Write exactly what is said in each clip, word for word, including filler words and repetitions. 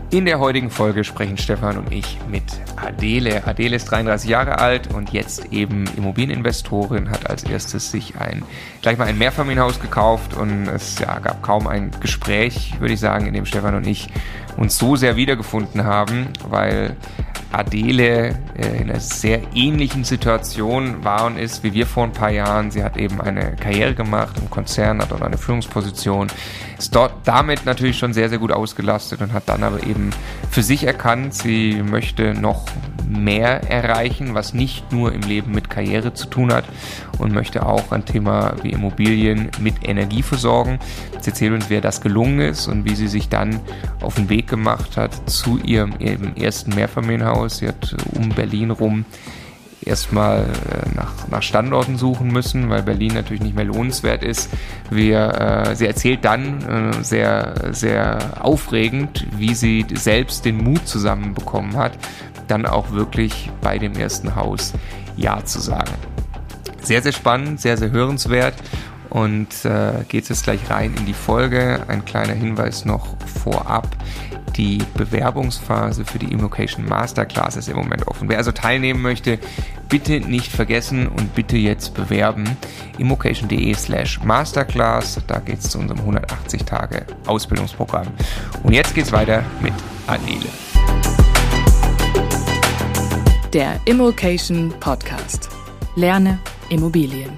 In der heutigen Folge sprechen Stefan und ich mit Adele. Adele ist dreiunddreißig Jahre alt und jetzt eben Immobilieninvestorin, hat als erstes sich ein, gleich mal ein Mehrfamilienhaus gekauft und es ja, gab kaum ein Gespräch, würde ich sagen, in dem Stefan und ich uns so sehr wiedergefunden haben, weil Adele äh, in einer sehr ähnlichen Situation war und ist wie wir vor ein paar Jahren. Sie hat eben eine Karriere gemacht im Konzern, hat dort eine Führungsposition, ist dort damit natürlich schon sehr, sehr gut ausgelastet und hat dann aber eben für sich erkannt, sie möchte noch mehr erreichen, was nicht nur im Leben mit Karriere zu tun hat und möchte auch ein Thema wie Immobilien mit Energie versorgen. Sie erzählt uns, wie ihr das gelungen ist und wie sie sich dann auf den Weg gemacht hat zu ihrem, ihrem ersten Mehrfamilienhaus. Sie hat um Berlin rum erstmal nach, nach Standorten suchen müssen, weil Berlin natürlich nicht mehr lohnenswert ist. Wir, äh, sie erzählt dann äh, sehr, sehr aufregend, wie sie selbst den Mut zusammenbekommen hat, dann auch wirklich bei dem ersten Haus Ja zu sagen. Sehr, sehr spannend, sehr, sehr hörenswert. Und äh, geht jetzt gleich rein in die Folge. Ein kleiner Hinweis noch vorab. Die Bewerbungsphase für die Immocation Masterclass ist im Moment offen. Wer also teilnehmen möchte, bitte nicht vergessen und bitte jetzt bewerben. immocation.de slash Masterclass. Da geht es zu unserem hundertachtzig Tage Ausbildungsprogramm. Und jetzt geht's weiter mit Adele. Der Immocation Podcast. Lerne Immobilien.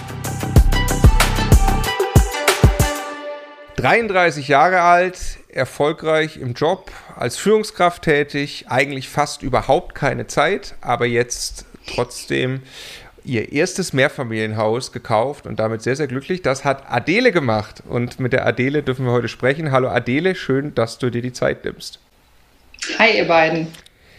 dreiunddreißig Jahre alt, erfolgreich im Job, als Führungskraft tätig, eigentlich fast überhaupt keine Zeit, aber jetzt trotzdem ihr erstes Mehrfamilienhaus gekauft und damit sehr, sehr glücklich. Das hat Adele gemacht und mit der Adele dürfen wir heute sprechen. Hallo Adele, schön, dass du dir die Zeit nimmst. Hi ihr beiden.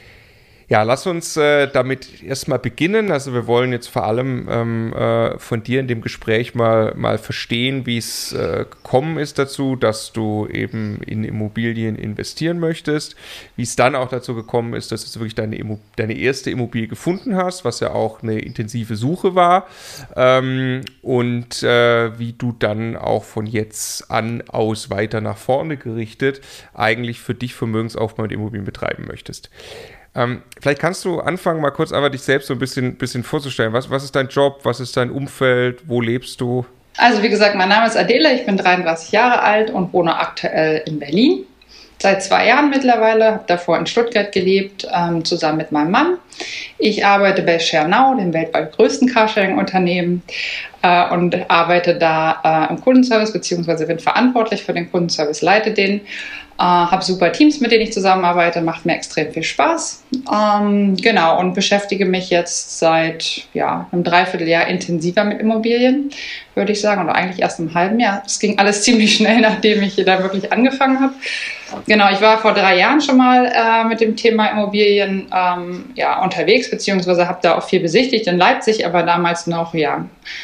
Ja, lass uns äh, damit erstmal beginnen. Also wir wollen jetzt vor allem ähm, äh, von dir in dem Gespräch mal, mal verstehen, wie es äh, gekommen ist dazu, dass du eben in Immobilien investieren möchtest, wie es dann auch dazu gekommen ist, dass du wirklich deine, Immo- deine erste Immobilie gefunden hast, was ja auch eine intensive Suche war, ähm, und äh, wie du dann auch von jetzt an aus weiter nach vorne gerichtet eigentlich für dich Vermögensaufbau mit Immobilien betreiben möchtest. Ähm, vielleicht kannst du anfangen, mal kurz einfach dich selbst so ein bisschen, bisschen vorzustellen. Was, was ist dein Job? Was ist dein Umfeld? Wo lebst du? Also wie gesagt, mein Name ist Adele, ich bin dreiunddreißig Jahre alt und wohne aktuell in Berlin. Seit zwei Jahren mittlerweile, habe davor in Stuttgart gelebt, ähm, zusammen mit meinem Mann. Ich arbeite bei Schernau, dem weltweit größten Carsharing-Unternehmen, äh, und arbeite da äh, im Kundenservice, beziehungsweise bin verantwortlich für den Kundenservice, leite den. Uh, habe super Teams, mit denen ich zusammenarbeite, macht mir extrem viel Spaß. Um, genau, und beschäftige mich jetzt seit ja, einem Dreivierteljahr intensiver mit Immobilien, würde ich sagen, oder eigentlich erst im halben Jahr. Es ging alles ziemlich schnell, nachdem ich da wirklich angefangen habe. Genau, ich war vor drei Jahren schon mal äh, mit dem Thema Immobilien ähm, ja, unterwegs, beziehungsweise habe da auch viel besichtigt in Leipzig, aber damals noch ja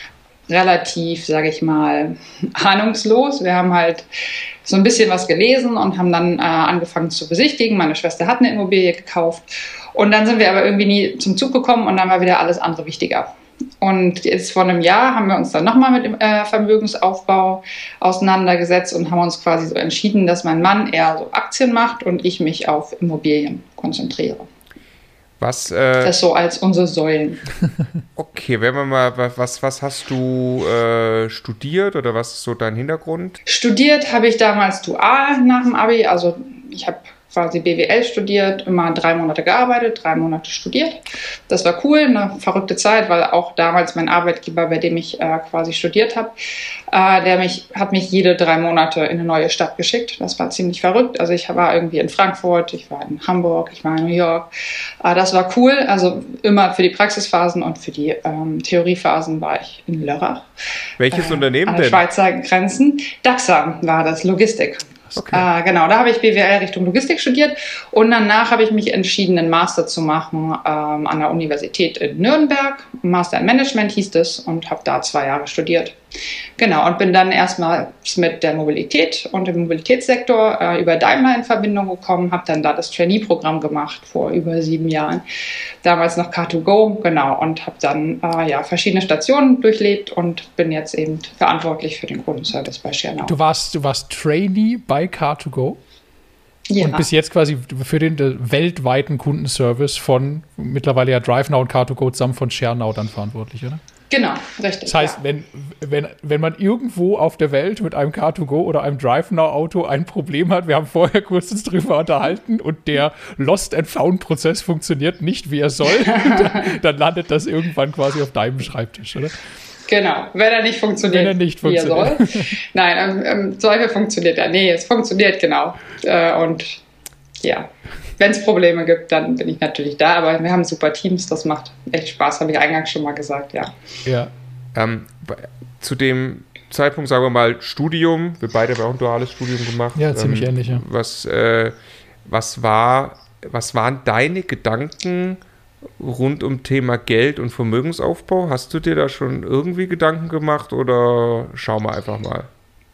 relativ, sage ich mal, ahnungslos. Wir haben halt so ein bisschen was gelesen und haben dann äh, angefangen zu besichtigen. Meine Schwester hat eine Immobilie gekauft und dann sind wir aber irgendwie nie zum Zug gekommen und dann war wieder alles andere wichtiger. Und jetzt vor einem Jahr haben wir uns dann nochmal mit dem äh, Vermögensaufbau auseinandergesetzt und haben uns quasi so entschieden, dass mein Mann eher so Aktien macht und ich mich auf Immobilien konzentriere. Was, äh, das so als unsere Säulen. Okay, wenn wir mal, was, was hast du äh, studiert oder was ist so dein Hintergrund? Studiert habe ich damals dual nach dem Abi, also ich habe quasi B W L studiert, immer drei Monate gearbeitet, drei Monate studiert. Das war cool, eine verrückte Zeit, weil auch damals mein Arbeitgeber, bei dem ich äh, quasi studiert habe, äh, der mich, hat mich jede drei Monate in eine neue Stadt geschickt. Das war ziemlich verrückt. Also ich war irgendwie in Frankfurt, ich war in Hamburg, ich war in New York. Äh, das war cool. Also immer für die Praxisphasen und für die ähm, Theoriephasen war ich in Lörrach. Welches äh, Unternehmen an den denn? Schweizer Grenzen. DAXA war das, Logistik. Okay. Äh, genau, da habe ich B W L Richtung Logistik studiert und danach habe ich mich entschieden, einen Master zu machen ähm, an der Universität in Nürnberg. Master in Management hieß es und habe da zwei Jahre studiert. Genau, und bin dann erstmal mit der Mobilität und dem Mobilitätssektor äh, über Daimler in Verbindung gekommen, habe dann da das Trainee-Programm gemacht vor über sieben Jahren, damals noch Car to Go, genau, und habe dann äh, ja, verschiedene Stationen durchlebt und bin jetzt eben verantwortlich für den Kundenservice bei Schernau. Du warst, du warst Trainee bei Car to Go? Ja. Und bis jetzt quasi für den weltweiten Kundenservice von mittlerweile ja DriveNow und Car to Go zusammen von ShareNow dann verantwortlich, oder? Genau, richtig. Das heißt, ja. wenn, wenn, wenn man irgendwo auf der Welt mit einem Car to Go oder einem DriveNow-Auto ein Problem hat, wir haben vorher kurz uns drüber unterhalten und der Lost-and-Found-Prozess funktioniert nicht, wie er soll, dann, dann landet das irgendwann quasi auf deinem Schreibtisch, oder? Genau, wenn er nicht funktioniert, wenn er nicht wie funktioniert. er soll. Nein, im, im Zweifel funktioniert er. Nee, es funktioniert, genau. Äh, und ja, wenn es Probleme gibt, dann bin ich natürlich da. Aber wir haben super Teams, das macht echt Spaß, habe ich eingangs schon mal gesagt, ja. Ja. Ähm, zu dem Zeitpunkt, sagen wir mal, Studium, wir beide haben auch ein duales Studium gemacht. Ja, ziemlich ähm, ähnlich, ja. Was, äh, was, war, was waren deine Gedanken rund um Thema Geld und Vermögensaufbau? Hast du dir da schon irgendwie Gedanken gemacht oder schauen wir einfach mal?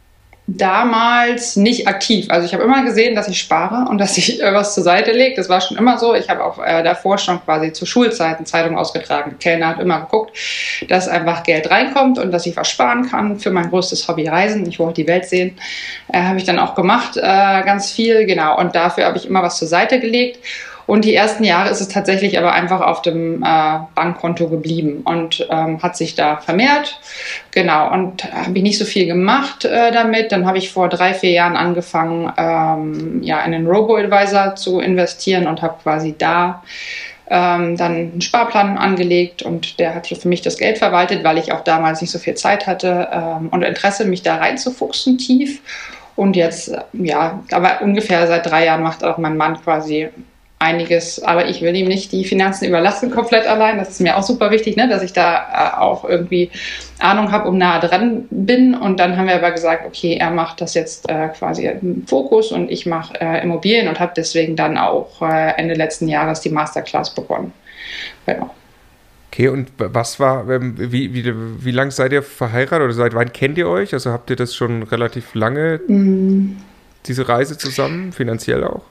Damals nicht aktiv. Also ich habe immer gesehen, dass ich spare und dass ich äh, was zur Seite lege. Das war schon immer so. Ich habe auch äh, davor schon quasi zu Schulzeiten Zeitungen ausgetragen. Kellner hat immer geguckt, dass einfach Geld reinkommt und dass ich was sparen kann für mein größtes Hobby Reisen. Ich wollte die Welt sehen. Äh, habe ich dann auch gemacht, äh, ganz viel. Genau. Und dafür habe ich immer was zur Seite gelegt. Und die ersten Jahre ist es tatsächlich aber einfach auf dem äh, Bankkonto geblieben und ähm, hat sich da vermehrt. Genau, und habe ich nicht so viel gemacht äh, damit. Dann habe ich vor drei, vier Jahren angefangen, ähm, ja, in einen Robo-Advisor zu investieren und habe quasi da ähm, dann einen Sparplan angelegt. Und der hat für mich das Geld verwaltet, weil ich auch damals nicht so viel Zeit hatte ähm, und Interesse, mich da reinzufuchsen tief. Und jetzt, ja, aber ungefähr seit drei Jahren macht auch mein Mann quasi einiges, aber ich will ihm nicht die Finanzen überlassen komplett allein. Das ist mir auch super wichtig, ne, dass ich da äh, auch irgendwie Ahnung habe und nah dran bin. Und dann haben wir aber gesagt, okay, er macht das jetzt äh, quasi im Fokus und ich mache äh, Immobilien und habe deswegen dann auch äh, Ende letzten Jahres die Masterclass begonnen. Genau. Okay, und was war, wie, wie, wie lange seid ihr verheiratet oder seit wann kennt ihr euch? Also habt ihr das schon relativ lange, mm. diese Reise zusammen, finanziell auch?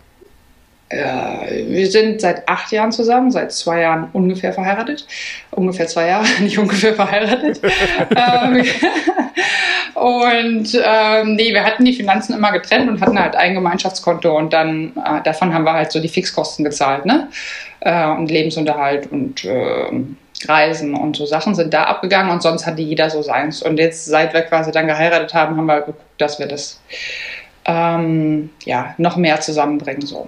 Wir sind seit acht Jahren zusammen, seit zwei Jahren ungefähr verheiratet. Ungefähr zwei Jahre, nicht ungefähr verheiratet. ähm, und ähm, nee, wir hatten die Finanzen immer getrennt und hatten halt ein Gemeinschaftskonto und dann äh, davon haben wir halt so die Fixkosten gezahlt, ne? Äh, und Lebensunterhalt und äh, Reisen und so Sachen sind da abgegangen und sonst hatte jeder so seins. Und jetzt, seit wir quasi dann geheiratet haben, haben wir geguckt, dass wir das ähm, ja, noch mehr zusammenbringen, so.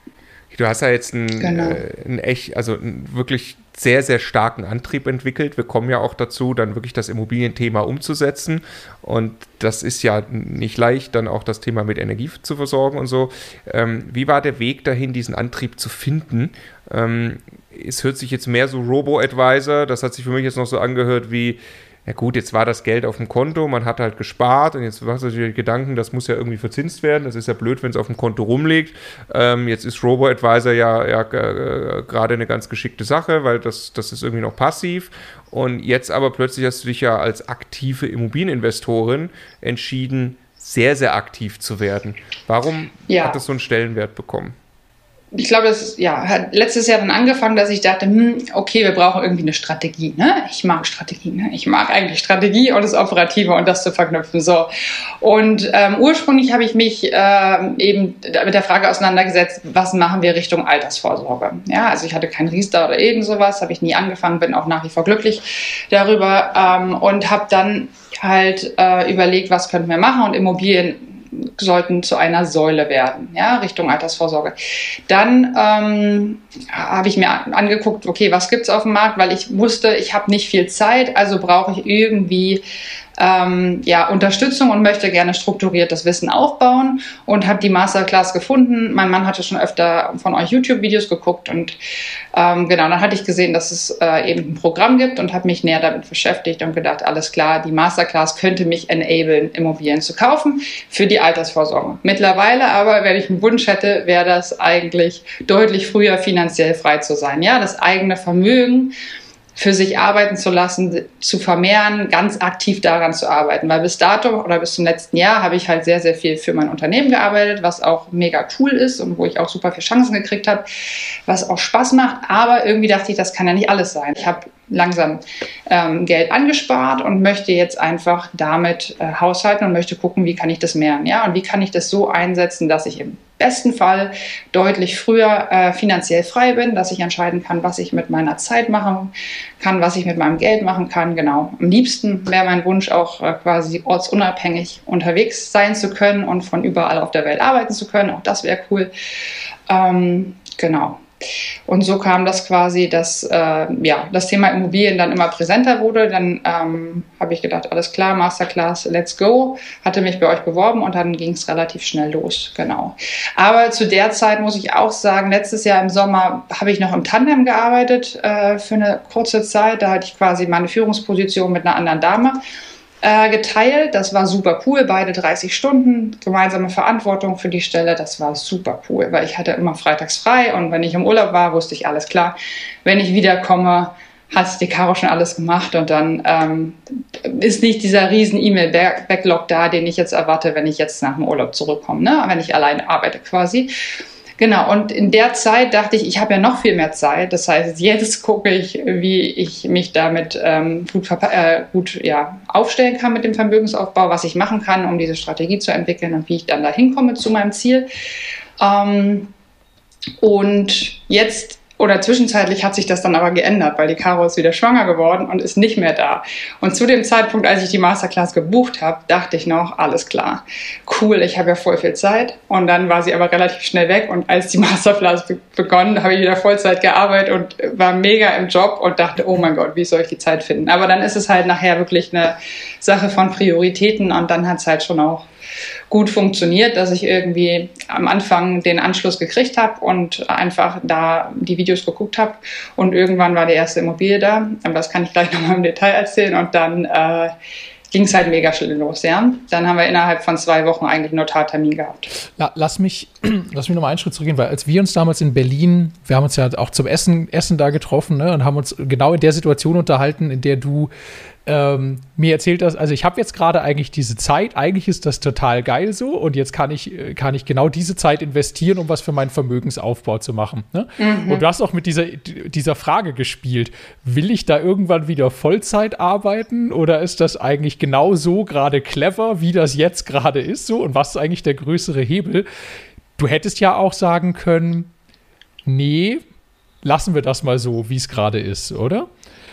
Du hast ja jetzt einen, genau. äh, einen echt, also einen wirklich sehr, sehr starken Antrieb entwickelt. Wir kommen ja auch dazu, dann wirklich das Immobilienthema umzusetzen. Und das ist ja nicht leicht, dann auch das Thema mit Energie zu versorgen und so. Ähm, wie war der Weg dahin, diesen Antrieb zu finden? Ähm, es hört sich jetzt mehr so Robo-Advisor, das hat sich für mich jetzt noch so angehört wie, ja gut, jetzt war das Geld auf dem Konto, man hat halt gespart und jetzt machst du dir Gedanken, das muss ja irgendwie verzinst werden, das ist ja blöd, wenn es auf dem Konto rumliegt. Ähm, jetzt ist Robo-Advisor ja, ja äh, gerade eine ganz geschickte Sache, weil das, das ist irgendwie noch passiv und jetzt aber plötzlich hast du dich ja als aktive Immobilieninvestorin entschieden, sehr, sehr aktiv zu werden. Warum ja. hat das so einen Stellenwert bekommen? Ich glaube, das ja, hat letztes Jahr dann angefangen, dass ich dachte, hm, okay, wir brauchen irgendwie eine Strategie. Ne? Ich mag Strategie. Ne? Ich mag eigentlich Strategie und das Operative und das zu verknüpfen. So. Und ähm, ursprünglich habe ich mich ähm, eben mit der Frage auseinandergesetzt, was machen wir Richtung Altersvorsorge? Ja, also ich hatte kein Riester oder irgend sowas, habe ich nie angefangen, bin auch nach wie vor glücklich darüber ähm, und habe dann halt äh, überlegt, was könnten wir machen und Immobilien sollten zu einer Säule werden, ja, Richtung Altersvorsorge. Dann ähm, habe ich mir angeguckt, okay, was gibt es auf dem Markt, weil ich wusste, ich habe nicht viel Zeit, also brauche ich irgendwie ähm, ja, Unterstützung und möchte gerne strukturiertes Wissen aufbauen und habe die Masterclass gefunden. Mein Mann hatte schon öfter von euch YouTube-Videos geguckt und ähm, genau, dann hatte ich gesehen, dass es äh, eben ein Programm gibt und habe mich näher damit beschäftigt und gedacht, alles klar, die Masterclass könnte mich enablen, Immobilien zu kaufen für die Altersvorsorge. Mittlerweile aber, wenn ich einen Wunsch hätte, wäre das eigentlich deutlich früher finanziell frei zu sein. Ja, das eigene Vermögen für sich arbeiten zu lassen, zu vermehren, ganz aktiv daran zu arbeiten. Weil bis dato oder bis zum letzten Jahr habe ich halt sehr, sehr viel für mein Unternehmen gearbeitet, was auch mega cool ist und wo ich auch super viele Chancen gekriegt habe, was auch Spaß macht. Aber irgendwie dachte ich, das kann ja nicht alles sein. Ich habe langsam ähm, Geld angespart und möchte jetzt einfach damit äh, haushalten und möchte gucken, wie kann ich das mehren. Ja? Und wie kann ich das so einsetzen, dass ich im besten Fall deutlich früher äh, finanziell frei bin, dass ich entscheiden kann, was ich mit meiner Zeit machen kann, was ich mit meinem Geld machen kann. Genau. Am liebsten wäre mein Wunsch auch äh, quasi ortsunabhängig unterwegs sein zu können und von überall auf der Welt arbeiten zu können. Auch das wäre cool. Ähm, genau. Und so kam das quasi, dass äh, ja, das Thema Immobilien dann immer präsenter wurde. Dann ähm, habe ich gedacht, alles klar, Masterclass, let's go. Hatte mich bei euch beworben und dann ging es relativ schnell los. Genau. Aber zu der Zeit muss ich auch sagen, letztes Jahr im Sommer habe ich noch im Tandem gearbeitet äh, für eine kurze Zeit. Da hatte ich quasi meine Führungsposition mit einer anderen Dame geteilt. Das war super cool, beide dreißig Stunden, gemeinsame Verantwortung für die Stelle, das war super cool, weil ich hatte immer freitags frei und wenn ich im Urlaub war, wusste ich alles klar, wenn ich wiederkomme, hat die Caro schon alles gemacht und dann ähm, ist nicht dieser riesen E-Mail-Backlog da, den ich jetzt erwarte, wenn ich jetzt nach dem Urlaub zurückkomme, ne? Wenn ich alleine arbeite quasi. Genau, und in der Zeit dachte ich, ich habe ja noch viel mehr Zeit. Das heißt, jetzt gucke ich, wie ich mich damit ähm, gut, äh, gut ja, aufstellen kann mit dem Vermögensaufbau, was ich machen kann, um diese Strategie zu entwickeln und wie ich dann da hinkomme zu meinem Ziel. Ähm, und jetzt oder zwischenzeitlich hat sich das dann aber geändert, weil die Caro ist wieder schwanger geworden und ist nicht mehr da. Und zu dem Zeitpunkt, als ich die Masterclass gebucht habe, dachte ich noch, alles klar, cool, ich habe ja voll viel Zeit. Und dann war sie aber relativ schnell weg. Und als die Masterclass be- begonnen, habe ich wieder Vollzeit gearbeitet und war mega im Job und dachte, oh mein Gott, wie soll ich die Zeit finden? Aber dann ist es halt nachher wirklich eine Sache von Prioritäten und dann hat es halt schon auch gut funktioniert, dass ich irgendwie am Anfang den Anschluss gekriegt habe und einfach da die Videos geguckt habe und irgendwann war die erste Immobilie da, aber das kann ich gleich nochmal im Detail erzählen und dann äh, ging es halt mega schnell los, ja. Dann haben wir innerhalb von zwei Wochen eigentlich einen Notartermin gehabt. Lass mich, lass mich nochmal einen Schritt zurückgehen, weil als wir uns damals in Berlin, wir haben uns ja auch zum Essen, Essen da getroffen, ne, und haben uns genau in der Situation unterhalten, in der du Ähm, mir erzählt das, also ich habe jetzt gerade eigentlich diese Zeit, eigentlich ist das total geil so und jetzt kann ich, kann ich genau diese Zeit investieren, um was für meinen Vermögensaufbau zu machen. Ne? Mhm. Und du hast auch mit dieser, dieser Frage gespielt, will ich da irgendwann wieder Vollzeit arbeiten oder ist das eigentlich genau so gerade clever, wie das jetzt gerade ist so und was ist eigentlich der größere Hebel? Du hättest ja auch sagen können, nee, lassen wir das mal so, wie es gerade ist, oder?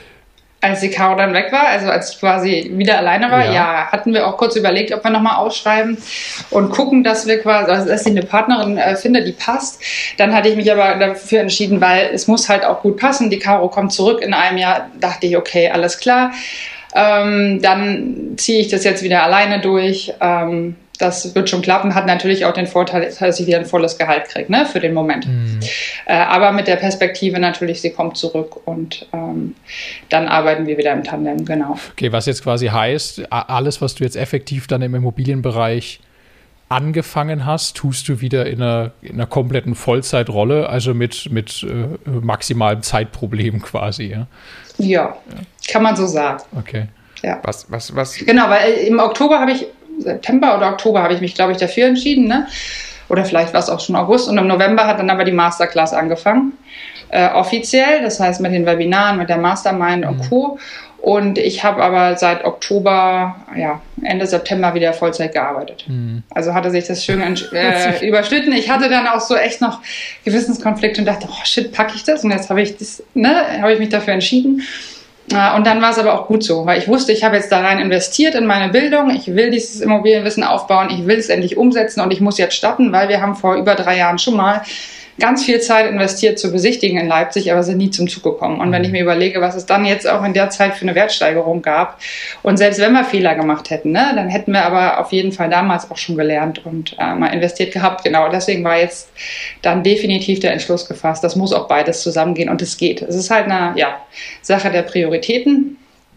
Als die Caro dann weg war, also als ich quasi wieder alleine war, ja, ja hatten wir auch kurz überlegt, ob wir nochmal ausschreiben und gucken, dass wir quasi, also dass ich eine Partnerin äh, finde, die passt. Dann hatte ich mich aber dafür entschieden, weil es muss halt auch gut passen. Die Caro kommt zurück in einem Jahr, dachte ich, okay, alles klar. Ähm, dann ziehe ich das jetzt wieder alleine durch. Ähm, Das wird schon klappen, hat natürlich auch den Vorteil, dass ich wieder ein volles Gehalt kriege, ne, für den Moment. Mhm. Äh, aber mit der Perspektive natürlich, sie kommt zurück und ähm, dann arbeiten wir wieder im Tandem, genau. Okay, was jetzt quasi heißt, alles, was du jetzt effektiv dann im Immobilienbereich angefangen hast, tust du wieder in einer, in einer kompletten Vollzeitrolle, also mit, mit äh, maximalem Zeitproblem quasi, ja? Ja, ja, kann man so sagen. Okay. Ja. Was, was, was? Genau, weil im Oktober habe ich September oder Oktober habe ich mich, glaube ich, dafür entschieden, ne? Oder vielleicht war es auch schon August. Und im November hat dann aber die Masterclass angefangen, äh, offiziell. Das heißt mit den Webinaren, mit der Mastermind und Co. Und ich habe aber seit Oktober, ja, Ende September wieder Vollzeit gearbeitet. Mhm. Also hatte sich das schön äh, überschnitten. Ich hatte dann auch so echt noch Gewissenskonflikte und dachte, oh shit, packe ich das? Und jetzt habe ich das, ne, habe ich mich dafür entschieden. Und dann war es aber auch gut so, weil ich wusste, ich habe jetzt da rein investiert in meine Bildung, ich will dieses Immobilienwissen aufbauen, ich will es endlich umsetzen und ich muss jetzt starten, weil wir haben vor über drei Jahren schon mal ganz viel Zeit investiert zu besichtigen in Leipzig, aber sind nie zum Zug gekommen. Und wenn ich mir überlege, was es dann jetzt auch in der Zeit für eine Wertsteigerung gab und selbst wenn wir Fehler gemacht hätten, ne, dann hätten wir aber auf jeden Fall damals auch schon gelernt und äh, mal investiert gehabt. Genau, deswegen war jetzt dann definitiv der Entschluss gefasst, das muss auch beides zusammengehen und es geht. Es ist halt eine ja, Sache der Prioritäten,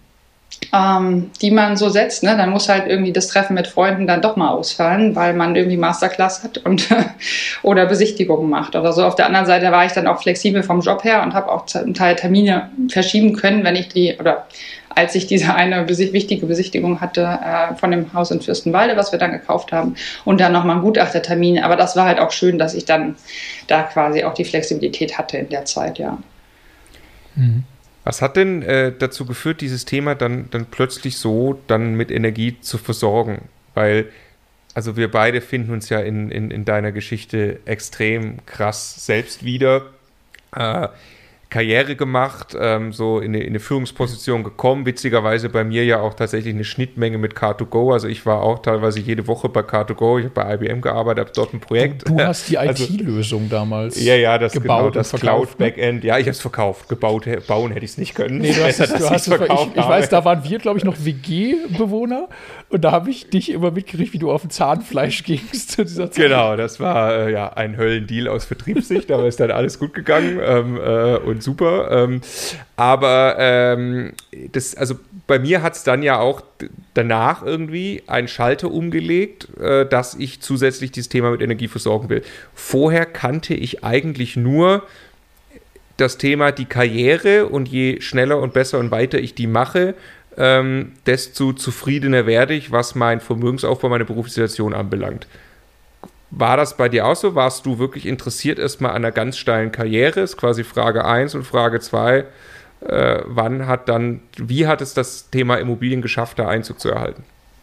Ähm, die man so setzt, ne? Dann muss halt irgendwie das Treffen mit Freunden dann doch mal ausfallen, weil man irgendwie Masterclass hat und oder Besichtigungen macht oder so. Auf der anderen Seite war ich dann auch flexibel vom Job her und habe auch zum Teil Termine verschieben können, wenn ich die oder als ich diese eine besicht- wichtige Besichtigung hatte äh, von dem Haus in Fürstenwalde, was wir dann gekauft haben und dann nochmal einen Gutachtertermin. Aber das war halt auch schön, dass ich dann da quasi auch die Flexibilität hatte in der Zeit, ja. Mhm. Was hat denn äh, dazu geführt, dieses Thema dann, dann plötzlich so dann mit Energie zu versorgen? Weil also wir beide finden uns ja in, in, in deiner Geschichte extrem krass selbst wieder. Äh, Karriere gemacht, ähm, so in eine, in eine Führungsposition gekommen, witzigerweise bei mir ja auch tatsächlich eine Schnittmenge mit Car to Go, also ich war auch teilweise jede Woche bei Car to Go, ich habe bei I B M gearbeitet, habe dort ein Projekt. Du, du hast die also, I T-Lösung damals ja, ja, das gebaut, genau, das Cloud-Backend, ne? ja, ich habe es verkauft, gebaut, bauen hätte ich es nicht können. Nee, du hast, du hast es verkauft. Ich, ich weiß, da waren wir, glaube ich, noch W G-Bewohner und da habe ich dich immer mitgekriegt, wie du auf dem Zahnfleisch gingst zu dieser Zeit. Genau, das war äh, ja ein Höllendeal aus Vertriebssicht, aber ist dann alles gut gegangen ähm, äh, und super. Ähm, aber ähm, das, also bei mir hat es dann ja auch danach irgendwie einen Schalter umgelegt, äh, dass ich zusätzlich dieses Thema mit Energie versorgen will. Vorher kannte ich eigentlich nur das Thema die Karriere und je schneller und besser und weiter ich die mache, ähm, desto zufriedener werde ich, was mein Vermögensaufbau, meine berufliche Situation anbelangt. War das bei dir auch so? Warst du wirklich interessiert erstmal an einer ganz steilen Karriere? Ist quasi Frage eins und Frage zwei. Äh, wann hat dann, wie hat es das Thema Immobilien geschafft, da Einzug zu erhalten?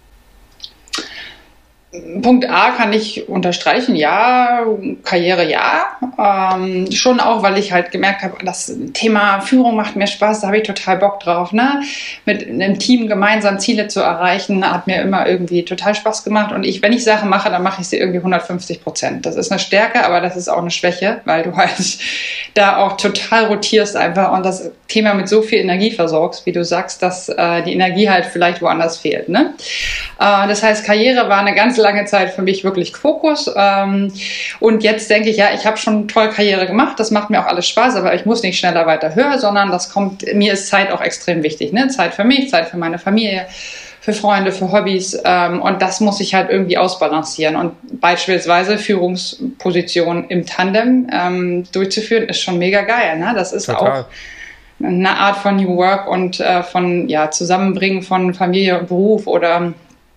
Punkt A kann ich unterstreichen, ja, Karriere ja, ähm, schon auch, weil ich halt gemerkt habe, das Thema Führung macht mir Spaß, da habe ich total Bock drauf, ne? Mit einem Team gemeinsam Ziele zu erreichen, hat mir immer irgendwie total Spaß gemacht und ich, wenn ich Sachen mache, dann mache ich sie irgendwie hundertfünfzig Prozent. Das ist eine Stärke, aber das ist auch eine Schwäche, weil du halt da auch total rotierst einfach und das Thema mit so viel Energie versorgst, wie du sagst, dass äh, die Energie halt vielleicht woanders fehlt, ne? Äh, das heißt, Karriere war eine ganz lange Zeit für mich wirklich Fokus. Ähm, und jetzt denke ich, ja, ich habe schon toll Karriere gemacht, das macht mir auch alles Spaß, aber ich muss nicht schneller weiter höher, sondern das kommt, mir ist Zeit auch extrem wichtig. Ne? Zeit für mich, Zeit für meine Familie, für Freunde, für Hobbys. Ähm, und das muss ich halt irgendwie ausbalancieren. Und beispielsweise Führungspositionen im Tandem ähm, durchzuführen, ist schon mega geil. Ne? Das ist Total. auch eine Art von New Work und äh, von ja, Zusammenbringen von Familie und Beruf oder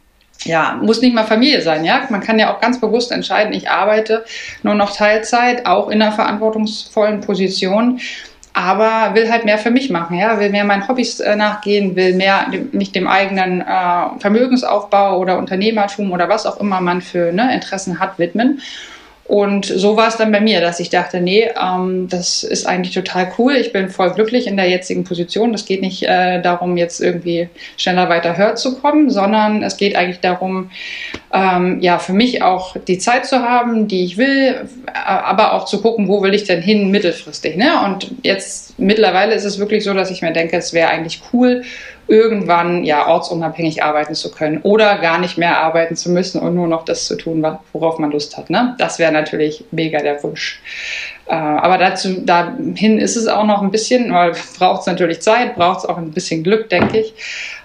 ja, muss nicht mal Familie sein, ja. Man kann ja auch ganz bewusst entscheiden, ich arbeite nur noch Teilzeit, auch in einer verantwortungsvollen Position, aber will halt mehr für mich machen, ja, will mehr meinen Hobbys äh, nachgehen, will mehr dem, mich dem eigenen äh, Vermögensaufbau oder Unternehmertum oder was auch immer man für ne, Interessen hat, widmen. Und so war es dann bei mir, dass ich dachte, nee, ähm, das ist eigentlich total cool. Ich bin voll glücklich in der jetzigen Position. Das geht nicht äh, darum, jetzt irgendwie schneller weiter höher zu kommen, sondern es geht eigentlich darum, ähm, ja, für mich auch die Zeit zu haben, die ich will, aber auch zu gucken, wo will ich denn hin mittelfristig. Ne? Und jetzt mittlerweile ist es wirklich so, dass ich mir denke, es wäre eigentlich cool, irgendwann ja ortsunabhängig arbeiten zu können oder gar nicht mehr arbeiten zu müssen und nur noch das zu tun, worauf man Lust hat. Ne? Das wäre natürlich mega der Wunsch. Äh, aber dazu, dahin ist es auch noch ein bisschen, weil braucht es natürlich Zeit, braucht es auch ein bisschen Glück, denke ich.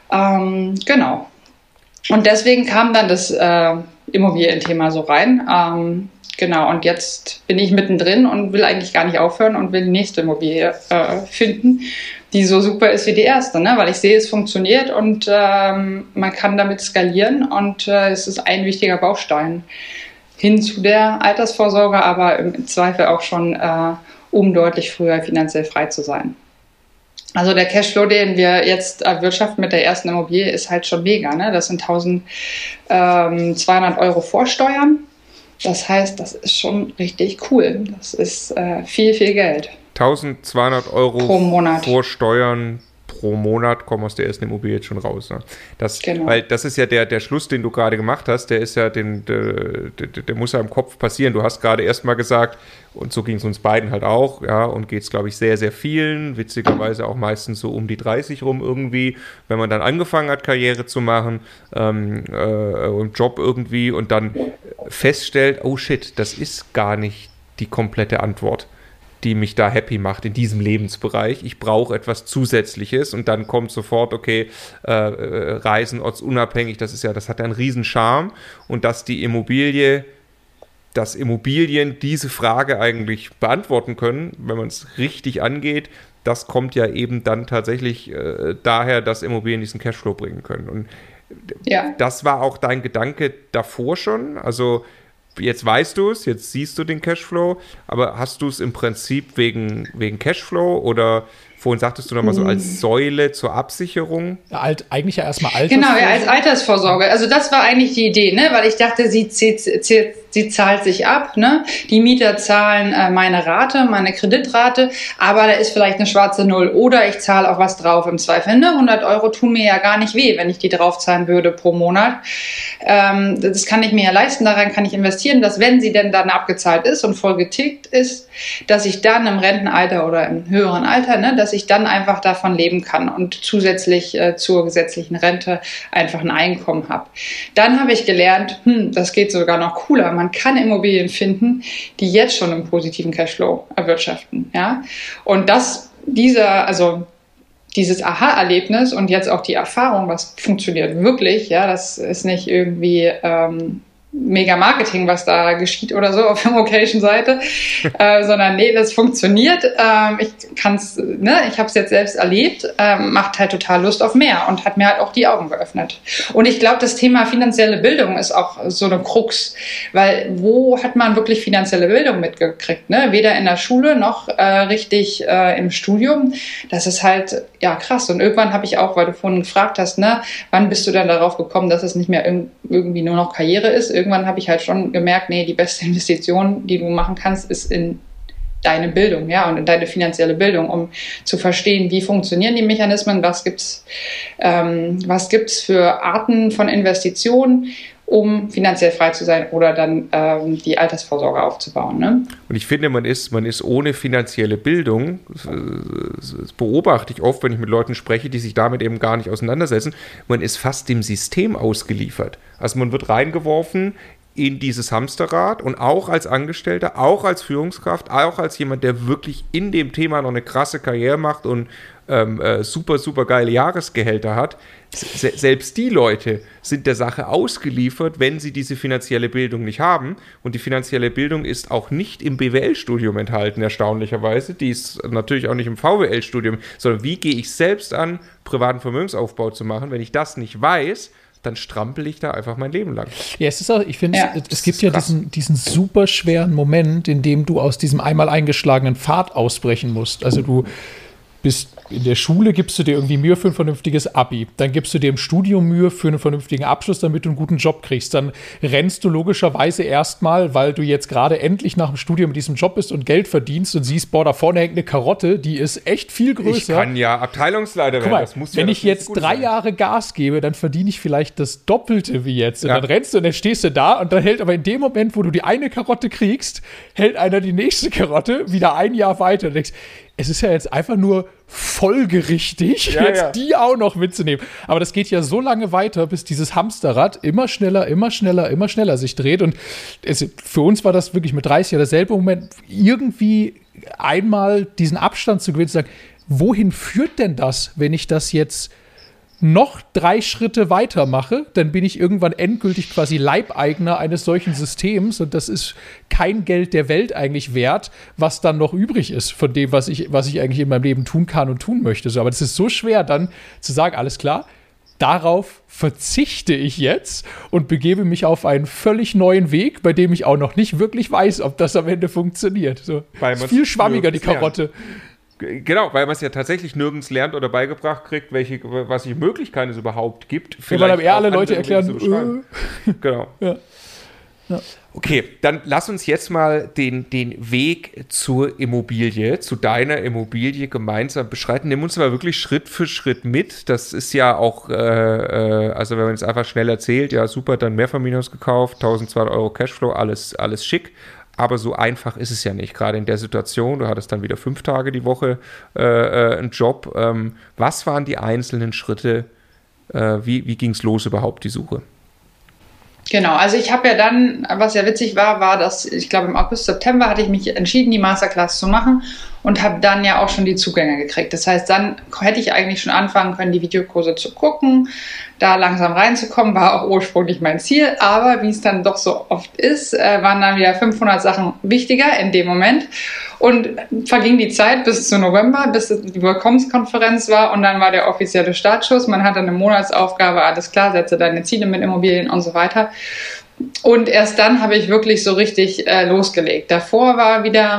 Ähm, genau. Und deswegen kam dann das äh, Immobilienthema so rein. Ähm, genau, und jetzt bin ich mittendrin und will eigentlich gar nicht aufhören und will die nächste Immobilie äh, finden, die so super ist wie die erste, ne? Weil ich sehe, es funktioniert und ähm, man kann damit skalieren und äh, es ist ein wichtiger Baustein hin zu der Altersvorsorge, aber im Zweifel auch schon, äh, um deutlich früher finanziell frei zu sein. Also der Cashflow, den wir jetzt erwirtschaften mit der ersten Immobilie, ist halt schon mega, ne? Das sind eintausendzweihundert Euro Vorsteuern. Das heißt, das ist schon richtig cool. Das ist äh, viel, viel Geld. eintausendzweihundert Euro pro Monat. Vor Steuern pro Monat kommen aus der ersten Immobilie jetzt schon raus. Ne? Das, genau. Weil das ist ja der, der Schluss, den du gerade gemacht hast, der ist ja, den, der, der, der muss ja im Kopf passieren. Du hast gerade erst mal gesagt, und so ging es uns beiden halt auch, ja, und geht es, glaube ich, sehr, sehr vielen, witzigerweise auch meistens so um die dreißig rum irgendwie, wenn man dann angefangen hat, Karriere zu machen ähm, äh, und Job irgendwie und dann feststellt, oh shit, das ist gar nicht die komplette Antwort, die mich da happy macht in diesem Lebensbereich. Ich brauche etwas Zusätzliches und dann kommt sofort, okay, äh, Reisen ortsunabhängig, das ist ja, das hat ja einen riesen Charme und dass die Immobilie, dass Immobilien diese Frage eigentlich beantworten können, wenn man es richtig angeht, das kommt ja eben dann tatsächlich äh, daher, dass Immobilien diesen Cashflow bringen können. Und ja. Das war auch dein Gedanke davor schon, also jetzt weißt du es, jetzt siehst du den Cashflow, aber hast du es im Prinzip wegen, wegen Cashflow oder vorhin sagtest du nochmal so als Säule zur Absicherung. Ja, alt, eigentlich ja erstmal Altersvorsorge. Genau, ja, als Altersvorsorge. Also das war eigentlich die Idee, ne? Weil ich dachte, sie, zieht, zieht, sie zahlt sich ab. Ne? Die Mieter zahlen äh, meine Rate, meine Kreditrate, aber da ist vielleicht eine schwarze Null oder ich zahle auch was drauf im Zweifel. Ne? hundert Euro tun mir ja gar nicht weh, wenn ich die draufzahlen würde pro Monat. Ähm, das kann ich mir ja leisten, daran kann ich investieren, dass wenn sie denn dann abgezahlt ist und voll getilgt ist, dass ich dann im Rentenalter oder im höheren Alter, ne, dass ich dann einfach davon leben kann und zusätzlich äh, zur gesetzlichen Rente einfach ein Einkommen habe. Dann habe ich gelernt, hm, das geht sogar noch cooler. Man kann Immobilien finden, die jetzt schon einen positiven Cashflow erwirtschaften. Ja? Und das, dieser, also dieses Aha-Erlebnis und jetzt auch die Erfahrung, was funktioniert wirklich, ja, das ist nicht irgendwie ähm, mega Marketing, was da geschieht oder so auf der Immocation-Seite, äh, sondern nee, das funktioniert. Ähm, ich kann's, ne, ich habe es jetzt selbst erlebt, ähm, macht halt total Lust auf mehr und hat mir halt auch die Augen geöffnet. Und ich glaube, das Thema finanzielle Bildung ist auch so eine Krux, weil wo hat man wirklich finanzielle Bildung mitgekriegt? Ne? Weder in der Schule noch äh, richtig äh, im Studium. Das ist halt ja krass. Und irgendwann habe ich auch, weil du vorhin gefragt hast, ne, wann bist du dann darauf gekommen, dass es nicht mehr in, irgendwie nur noch Karriere ist? Irgendwann habe ich halt schon gemerkt, nee, die beste Investition, die du machen kannst, ist in deine Bildung, ja, und in deine finanzielle Bildung, um zu verstehen, wie funktionieren die Mechanismen, was gibt's, ähm, was gibt's für Arten von Investitionen, um finanziell frei zu sein oder dann ähm, die Altersvorsorge aufzubauen. Ne? Und ich finde, man ist, man ist ohne finanzielle Bildung, das beobachte ich oft, wenn ich mit Leuten spreche, die sich damit eben gar nicht auseinandersetzen, man ist fast dem System ausgeliefert. Also man wird reingeworfen in dieses Hamsterrad und auch als Angestellter, auch als Führungskraft, auch als jemand, der wirklich in dem Thema noch eine krasse Karriere macht und ähm, äh, super, super geile Jahresgehälter hat. Se- selbst die Leute sind der Sache ausgeliefert, wenn sie diese finanzielle Bildung nicht haben. Und die finanzielle Bildung ist auch nicht im B W L-Studium enthalten, erstaunlicherweise. Die ist natürlich auch nicht im V W L-Studium, sondern wie gehe ich selbst an, privaten Vermögensaufbau zu machen. Wenn ich das nicht weiß, dann strampel ich da einfach mein Leben lang. Ja, es ist auch, ich finde, ja, es, es gibt ja diesen, diesen super schweren Moment, in dem du aus diesem einmal eingeschlagenen Pfad ausbrechen musst. Also du bist in der Schule, gibst du dir irgendwie Mühe für ein vernünftiges Abi. Dann gibst du dir im Studium Mühe für einen vernünftigen Abschluss, damit du einen guten Job kriegst. Dann rennst du logischerweise erstmal, weil du jetzt gerade endlich nach dem Studium mit diesem Job bist und Geld verdienst und siehst, boah, da vorne hängt eine Karotte, die ist echt viel größer. Ich kann ja Abteilungsleiter werden. Mal, das muss wenn ja ich jetzt drei sein. Jahre Gas gebe, dann verdiene ich vielleicht das Doppelte wie jetzt. Und ja. dann rennst du und dann stehst du da und dann hält aber in dem Moment, wo du die eine Karotte kriegst, hält einer die nächste Karotte wieder ein Jahr weiter. Und denkst, es ist ja jetzt einfach nur folgerichtig, ja, jetzt ja. die auch noch mitzunehmen. Aber das geht ja so lange weiter, bis dieses Hamsterrad immer schneller, immer schneller, immer schneller sich dreht. Und es, für uns war das wirklich mit dreißig Jahren derselbe Moment, irgendwie einmal diesen Abstand zu gewinnen, zu sagen, wohin führt denn das, wenn ich das jetzt noch drei Schritte weitermache, dann bin ich irgendwann endgültig quasi Leibeigner eines solchen Systems und das ist kein Geld der Welt eigentlich wert, was dann noch übrig ist von dem, was ich, was ich eigentlich in meinem Leben tun kann und tun möchte. So, aber das ist so schwer dann zu sagen, alles klar, darauf verzichte ich jetzt und begebe mich auf einen völlig neuen Weg, bei dem ich auch noch nicht wirklich weiß, ob das am Ende funktioniert. So, ist viel schwammiger, die Karotte. Lernt. Genau, weil man es ja tatsächlich nirgends lernt oder beigebracht kriegt, welche, was für Möglichkeiten es überhaupt gibt. Vielleicht weil dann eher alle Leute erklären, äh. Genau. Ja. Ja. Okay, dann lass uns jetzt mal den, den Weg zur Immobilie, zu deiner Immobilie gemeinsam beschreiten. Nimm uns mal wirklich Schritt für Schritt mit. Das ist ja auch, äh, äh, also wenn man jetzt einfach schnell erzählt, ja super, dann Mehrfamilienhaus gekauft, eintausendzweihundert Euro Cashflow, alles, alles schick. Aber so einfach ist es ja nicht, gerade in der Situation. Du hattest dann wieder fünf Tage die Woche äh, äh, einen Job. Ähm, was waren die einzelnen Schritte? Äh, wie wie ging es los überhaupt, die Suche? Genau, also ich habe ja dann, was ja witzig war, war, dass ich glaube im August, September hatte ich mich entschieden, die Masterclass zu machen und habe dann ja auch schon die Zugänge gekriegt. Das heißt, dann hätte ich eigentlich schon anfangen können, die Videokurse zu gucken, da langsam reinzukommen, war auch ursprünglich mein Ziel. Aber wie es dann doch so oft ist, äh, waren dann wieder fünfhundert Sachen wichtiger in dem Moment. Und verging die Zeit bis zu November, bis die Willkommenskonferenz war und dann war der offizielle Startschuss. Man hatte eine Monatsaufgabe, alles klar, setze deine Ziele mit Immobilien und so weiter. Und erst dann habe ich wirklich so richtig äh, losgelegt. Davor war wieder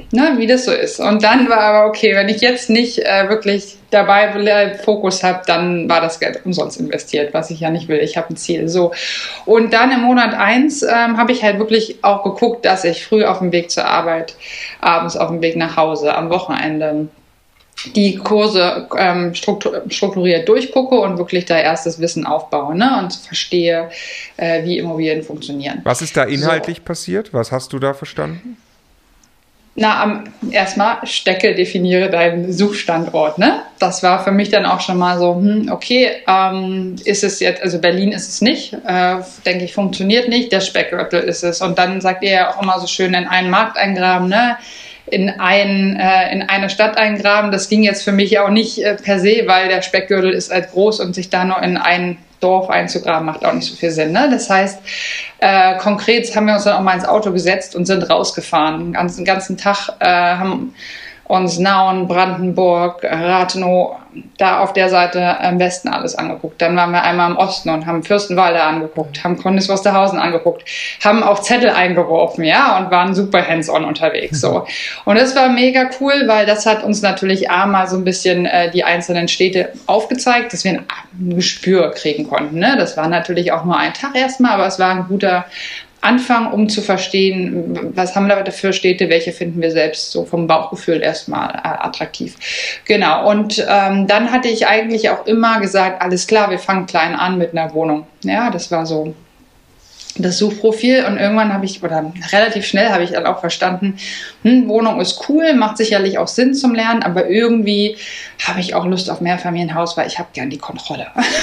ne, wie das so ist. Und dann war aber okay, wenn ich jetzt nicht äh, wirklich dabei bleibe, Fokus habe, dann war das Geld umsonst investiert, was ich ja nicht will. Ich habe ein Ziel. So. Und dann im Monat eins ähm, habe ich halt wirklich auch geguckt, dass ich früh auf dem Weg zur Arbeit, abends auf dem Weg nach Hause, am Wochenende die Kurse ähm, struktur- strukturiert durchgucke und wirklich da erstes Wissen aufbaue, ne, und verstehe, äh, wie Immobilien funktionieren. Was ist da inhaltlich so. passiert? Was hast du da verstanden? Na, um, erstmal stecke, definiere deinen Suchstandort, ne? Das war für mich dann auch schon mal so, hm, okay, ähm, ist es jetzt, also Berlin ist es nicht, äh, denke ich, funktioniert nicht, der Speckgürtel ist es. Und dann sagt ihr ja auch immer so schön, in einen Markt eingraben, ne? In, ein, äh, in eine Stadt eingraben. Das ging jetzt für mich auch nicht äh, per se, weil der Speckgürtel ist halt groß und sich da nur in ein Dorf einzugraben macht auch nicht so viel Sinn. Ne? Das heißt, äh, konkret haben wir uns dann auch mal ins Auto gesetzt und sind rausgefahren. Den ganzen, ganzen Tag äh, haben uns Nauen, Brandenburg, Rathenow, da auf der Seite am Westen alles angeguckt. Dann waren wir einmal im Osten und haben Fürstenwalde angeguckt, haben Kondis Wusterhausen angeguckt, haben auch Zettel eingeworfen, ja, und waren super hands-on unterwegs, so. Und das war mega cool, weil das hat uns natürlich A, mal so ein bisschen äh, die einzelnen Städte aufgezeigt, dass wir ein, ein Gespür kriegen konnten, ne? Das war natürlich auch nur ein Tag erstmal, aber es war ein guter Anfang, um zu verstehen, was haben wir da für Städte, welche finden wir selbst so vom Bauchgefühl erstmal äh, attraktiv. Genau, und ähm, dann hatte ich eigentlich auch immer gesagt, alles klar, wir fangen klein an mit einer Wohnung. Ja, das war so das Suchprofil und irgendwann habe ich, oder relativ schnell habe ich dann auch verstanden, hm, Wohnung ist cool, macht sicherlich auch Sinn zum Lernen, aber irgendwie habe ich auch Lust auf Mehrfamilienhaus, weil ich habe gern die Kontrolle.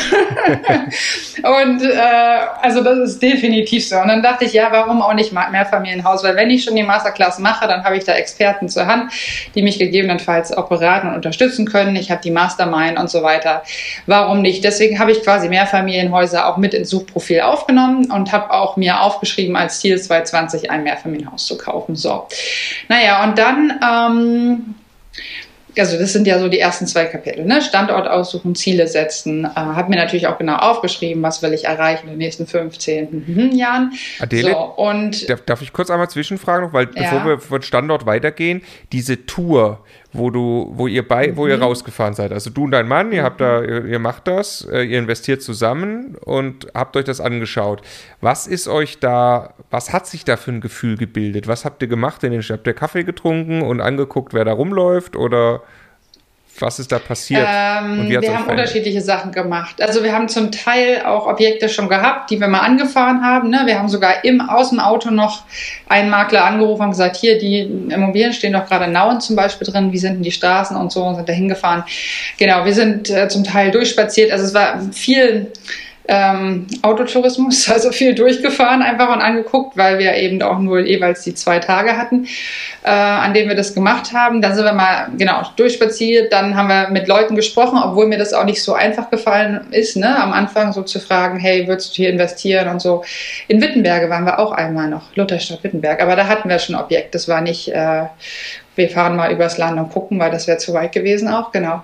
Und äh, also das ist definitiv so. Und dann dachte ich, ja, warum auch nicht Mehrfamilienhaus, weil wenn ich schon die Masterclass mache, dann habe ich da Experten zur Hand, die mich gegebenenfalls auch beraten und unterstützen können. Ich habe die Mastermind und so weiter. Warum nicht? Deswegen habe ich quasi Mehrfamilienhäuser auch mit ins Suchprofil aufgenommen und habe auch auch mir aufgeschrieben, als Ziel zwanzig zwanzig ein Mehrfamilienhaus zu kaufen. So. Naja, und dann, ähm, also das sind ja so die ersten zwei Kapitel, ne? Standort aussuchen, Ziele setzen. Äh, habe mir natürlich auch genau aufgeschrieben, was will ich erreichen in den nächsten fünfzehn Jahren. Adele, so, und, darf, darf ich kurz einmal zwischenfragen, weil ja. bevor wir von Standort weitergehen, diese Tour, wo du, wo ihr bei, mhm. wo ihr rausgefahren seid. Also du und dein Mann, ihr mhm. habt da, ihr, ihr macht das, ihr investiert zusammen und habt euch das angeschaut. Was ist euch da, was hat sich da für ein Gefühl gebildet? Was habt ihr gemacht? Habt ihr Kaffee getrunken und angeguckt, wer da rumläuft, oder was ist da passiert? Ähm, und wie wir hat's euch haben verändert? unterschiedliche Sachen gemacht. Also wir haben zum Teil auch Objekte schon gehabt, die wir mal angefahren haben. Ne? Wir haben sogar im, aus dem Auto noch einen Makler angerufen und gesagt, hier, die Immobilien stehen doch gerade in Nauen zum Beispiel drin, wie sind denn die Straßen und so, und sind da hingefahren. Genau, wir sind äh, zum Teil durchspaziert. Also es war viel Ähm, Autotourismus, also viel durchgefahren einfach und angeguckt, weil wir eben auch nur jeweils die zwei Tage hatten, äh, an denen wir das gemacht haben. Dann sind wir mal genau durchspaziert, dann haben wir mit Leuten gesprochen, obwohl mir das auch nicht so einfach gefallen ist, ne? Am Anfang so zu fragen, hey, würdest du hier investieren und so. In Wittenberge waren wir auch einmal noch, Lutherstadt Wittenberg, aber da hatten wir schon Objekt, das war nicht äh, wir fahren mal übers Land und gucken, weil das wäre zu weit gewesen auch, genau.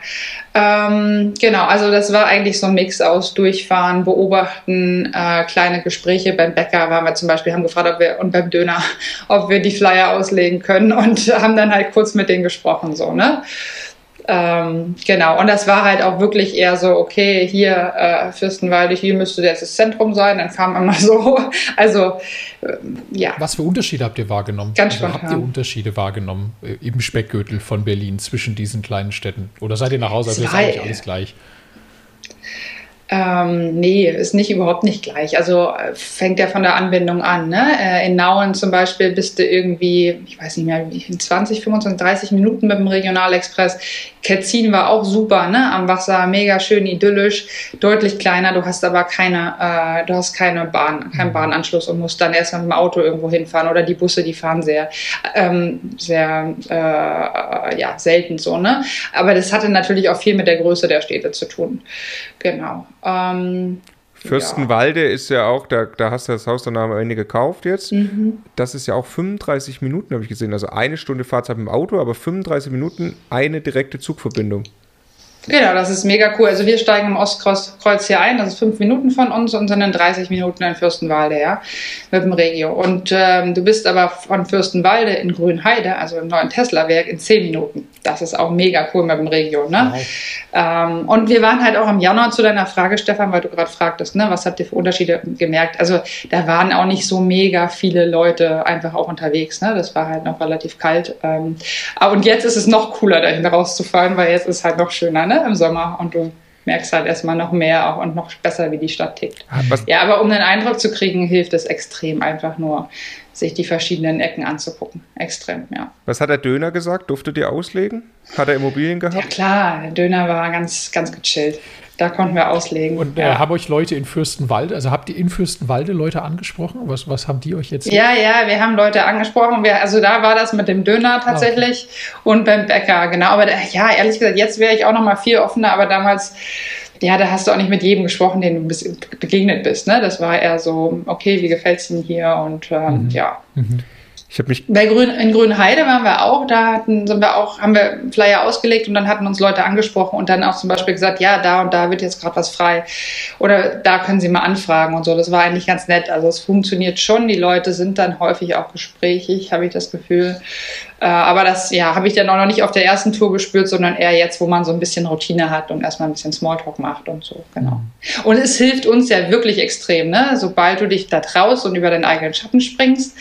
Ähm, genau, also das war eigentlich so ein Mix aus Durchfahren, Beobachten, äh, kleine Gespräche. Beim Bäcker waren wir zum Beispiel, haben gefragt, ob wir, und beim Döner, ob wir die Flyer auslegen können, und haben dann halt kurz mit denen gesprochen, so, ne? Ähm, genau, und das war halt auch wirklich eher so, okay, hier äh, Fürstenwalde, hier müsste jetzt das Zentrum sein, dann kam immer so, also äh, ja. Was für Unterschiede habt ihr wahrgenommen? Ganz also spontan. Habt ihr Unterschiede wahrgenommen äh, im Speckgürtel von Berlin zwischen diesen kleinen Städten? Oder seid ihr nach Hause, also ist eigentlich alles gleich? Ähm, nee, ist nicht überhaupt nicht gleich. Also fängt ja von der Anbindung an. Ne? Äh, in Nauen zum Beispiel bist du irgendwie, ich weiß nicht mehr, zwanzig, fünfundzwanzig, dreißig Minuten mit dem Regionalexpress. Ketzin war auch super, ne? Am Wasser, mega schön, idyllisch, deutlich kleiner. Du hast aber keine, äh, du hast keine Bahn, keinen Bahnanschluss und musst dann erst mit dem Auto irgendwo hinfahren, oder die Busse, die fahren sehr, ähm, sehr, äh, ja, selten so, ne? Aber das hatte natürlich auch viel mit der Größe der Städte zu tun. Genau. Ähm, Fürstenwalde ja. ist ja auch, da, da hast du das Haus dann am Ende gekauft jetzt. Mhm. Das ist ja auch fünfunddreißig Minuten, habe ich gesehen. Also eine Stunde Fahrzeit mit dem Auto, aber fünfunddreißig Minuten eine direkte Zugverbindung. Genau, das ist mega cool. Also wir steigen im Ostkreuz hier ein, das ist fünf Minuten von uns und sind dann dreißig Minuten in Fürstenwalde, ja, mit dem Regio. Und ähm, du bist aber von Fürstenwalde in Grünheide, also im neuen Tesla-Werk, in zehn Minuten. Das ist auch mega cool mit dem Regio, ne? Wow. Ähm, und wir waren halt auch im Januar zu deiner Frage, Stefan, weil du gerade fragtest, ne, was habt ihr für Unterschiede gemerkt? Also da waren auch nicht so mega viele Leute einfach auch unterwegs, ne? Das war halt noch relativ kalt. Ähm, und jetzt ist es noch cooler, dahin rauszufahren, weil jetzt ist es halt noch schöner, ne, im Sommer, und du merkst halt erstmal noch mehr auch und noch besser, wie die Stadt tickt. Was? Ja, aber um den Eindruck zu kriegen, hilft es extrem, einfach nur sich die verschiedenen Ecken anzugucken. Extrem, ja. Was hat der Döner gesagt? Durftet ihr auslegen? Hat er Immobilien gehabt? Ja klar, der Döner war ganz, ganz gechillt. Da konnten wir auslegen. Und äh, ja. haben euch Leute in Fürstenwalde, also habt ihr in Fürstenwalde Leute angesprochen? Was, was haben die euch jetzt? Ja, ja, wir haben Leute angesprochen. Wir, also da war das mit dem Döner tatsächlich, okay. Und beim Bäcker, genau. Aber da, ja, ehrlich gesagt, jetzt wäre ich auch noch mal viel offener, aber damals, ja, da hast du auch nicht mit jedem gesprochen, den du begegnet bist. Ne? Das war eher so, okay, wie gefällt es Ihnen hier? Und ähm, mhm. ja. Mhm. Ich habe mich Bei Grün, in Grünheide waren wir auch, da hatten, sind wir auch, haben wir Flyer ausgelegt und dann hatten uns Leute angesprochen und dann auch zum Beispiel gesagt, ja, da und da wird jetzt gerade was frei oder da können Sie mal anfragen und so. Das war eigentlich ganz nett. Also es funktioniert schon, die Leute sind dann häufig auch gesprächig, habe ich das Gefühl. Äh, aber das, ja, habe ich dann auch noch nicht auf der ersten Tour gespürt, sondern eher jetzt, wo man so ein bisschen Routine hat und erstmal ein bisschen Smalltalk macht und so, genau. Und es hilft uns ja wirklich extrem, ne? Sobald du dich da traust und über deinen eigenen Schatten springst,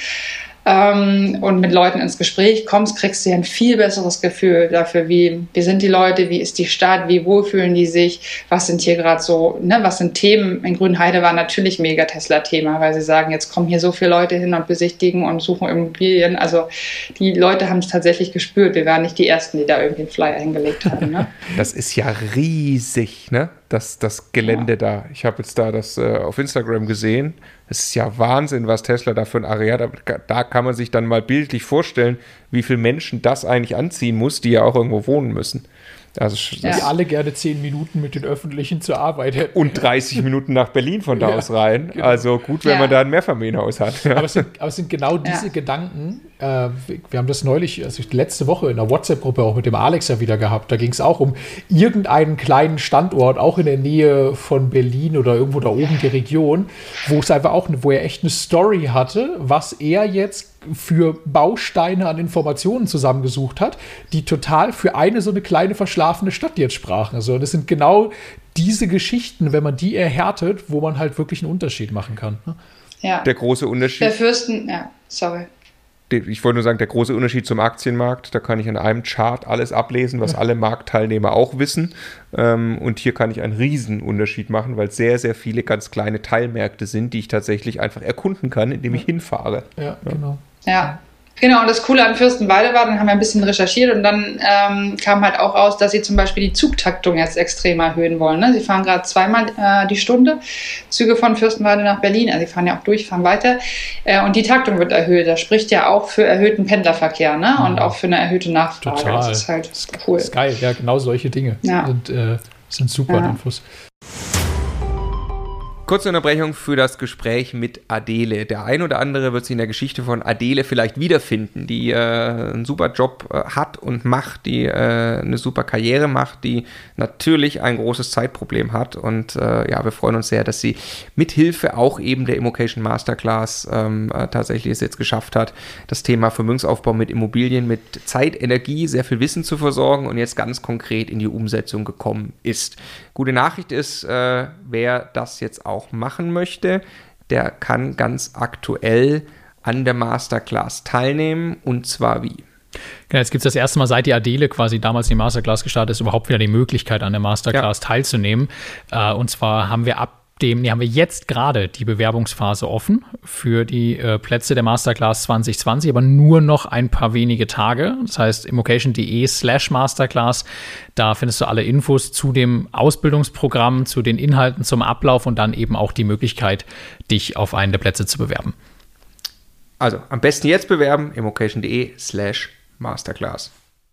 Ähm, und mit Leuten ins Gespräch kommst, kriegst du ja ein viel besseres Gefühl dafür, wie, wie sind die Leute, wie ist die Stadt, wie wohl fühlen die sich, was sind hier gerade so, ne, was sind Themen. In Grünheide war natürlich mega Tesla-Thema, weil sie sagen, jetzt kommen hier so viele Leute hin und besichtigen und suchen Immobilien. Also die Leute haben es tatsächlich gespürt. Wir waren nicht die Ersten, die da irgendwie einen Flyer hingelegt haben. Ne? Das ist ja riesig, ne? Das, das Gelände ja. da. Ich habe jetzt da das äh, auf Instagram gesehen. Es ist ja Wahnsinn, was Tesla da für ein Areal hat. Da kann man sich dann mal bildlich vorstellen, wie viele Menschen das eigentlich anziehen muss, die ja auch irgendwo wohnen müssen. Also ja. Die alle gerne zehn Minuten mit den Öffentlichen zur Arbeit hätten. Und dreißig Minuten nach Berlin von da ja, aus rein. Genau. Also gut, wenn ja. man da ein Mehrfamilienhaus hat. Aber es sind, aber es sind genau diese ja. Gedanken. Äh, wir haben das neulich, also letzte Woche in der WhatsApp-Gruppe auch mit dem Alex ja wieder gehabt. Da ging es auch um irgendeinen kleinen Standort, auch in der Nähe von Berlin oder irgendwo da oben die Region, wo es einfach auch, wo er echt eine Story hatte, was er jetzt für Bausteine an Informationen zusammengesucht hat, die total für eine so eine kleine verschlafene Stadt jetzt sprachen. Also das sind genau diese Geschichten, wenn man die erhärtet, wo man halt wirklich einen Unterschied machen kann. Ja. Der große Unterschied. Der Fürsten, ja, sorry. Ich wollte nur sagen, der große Unterschied zum Aktienmarkt, da kann ich an einem Chart alles ablesen, was alle Marktteilnehmer auch wissen. Und hier kann ich einen riesen Unterschied machen, weil es sehr, sehr viele ganz kleine Teilmärkte sind, die ich tatsächlich einfach erkunden kann, indem ich hinfahre. Ja, genau. Ja, genau. Und das Coole an Fürstenwalde war, dann haben wir ein bisschen recherchiert und dann ähm, kam halt auch raus, dass sie zum Beispiel die Zugtaktung jetzt extrem erhöhen wollen. Ne? Sie fahren gerade zweimal äh, die Stunde, Züge von Fürstenwalde nach Berlin. Also sie fahren ja auch durch, fahren weiter. Äh, und die Taktung wird erhöht. Das spricht ja auch für erhöhten Pendlerverkehr, ne? Und mhm. auch für eine erhöhte Nachfrage. Total. Das ist halt cool. Das ist geil, ja, genau solche Dinge ja. sind, äh, sind super ja. Infos. Kurze Unterbrechung für das Gespräch mit Adele. Der ein oder andere wird sich in der Geschichte von Adele vielleicht wiederfinden, die äh, einen super Job äh, hat und macht, die äh, eine super Karriere macht, die natürlich ein großes Zeitproblem hat. Und äh, ja, wir freuen uns sehr, dass sie mithilfe auch eben der Immocation Masterclass ähm, äh, tatsächlich es jetzt geschafft hat, das Thema Vermögensaufbau mit Immobilien, mit Zeit, Energie, sehr viel Wissen zu versorgen und jetzt ganz konkret in die Umsetzung gekommen ist. Gute Nachricht ist, äh, wer das jetzt auch machen möchte, der kann ganz aktuell an der Masterclass teilnehmen, und zwar wie? Ja, jetzt gibt es das erste Mal, seit die Adele quasi damals die Masterclass gestartet ist, überhaupt wieder die Möglichkeit, an der Masterclass ja. teilzunehmen. Äh, und zwar haben wir ab dem, nee, haben wir jetzt gerade die Bewerbungsphase offen für die äh, Plätze der Masterclass zwanzig zwanzig, aber nur noch ein paar wenige Tage. Das heißt, immocation.de slash Masterclass. Da findest du alle Infos zu dem Ausbildungsprogramm, zu den Inhalten, zum Ablauf und dann eben auch die Möglichkeit, dich auf einen der Plätze zu bewerben. Also am besten jetzt bewerben, immocation.de slash Masterclass.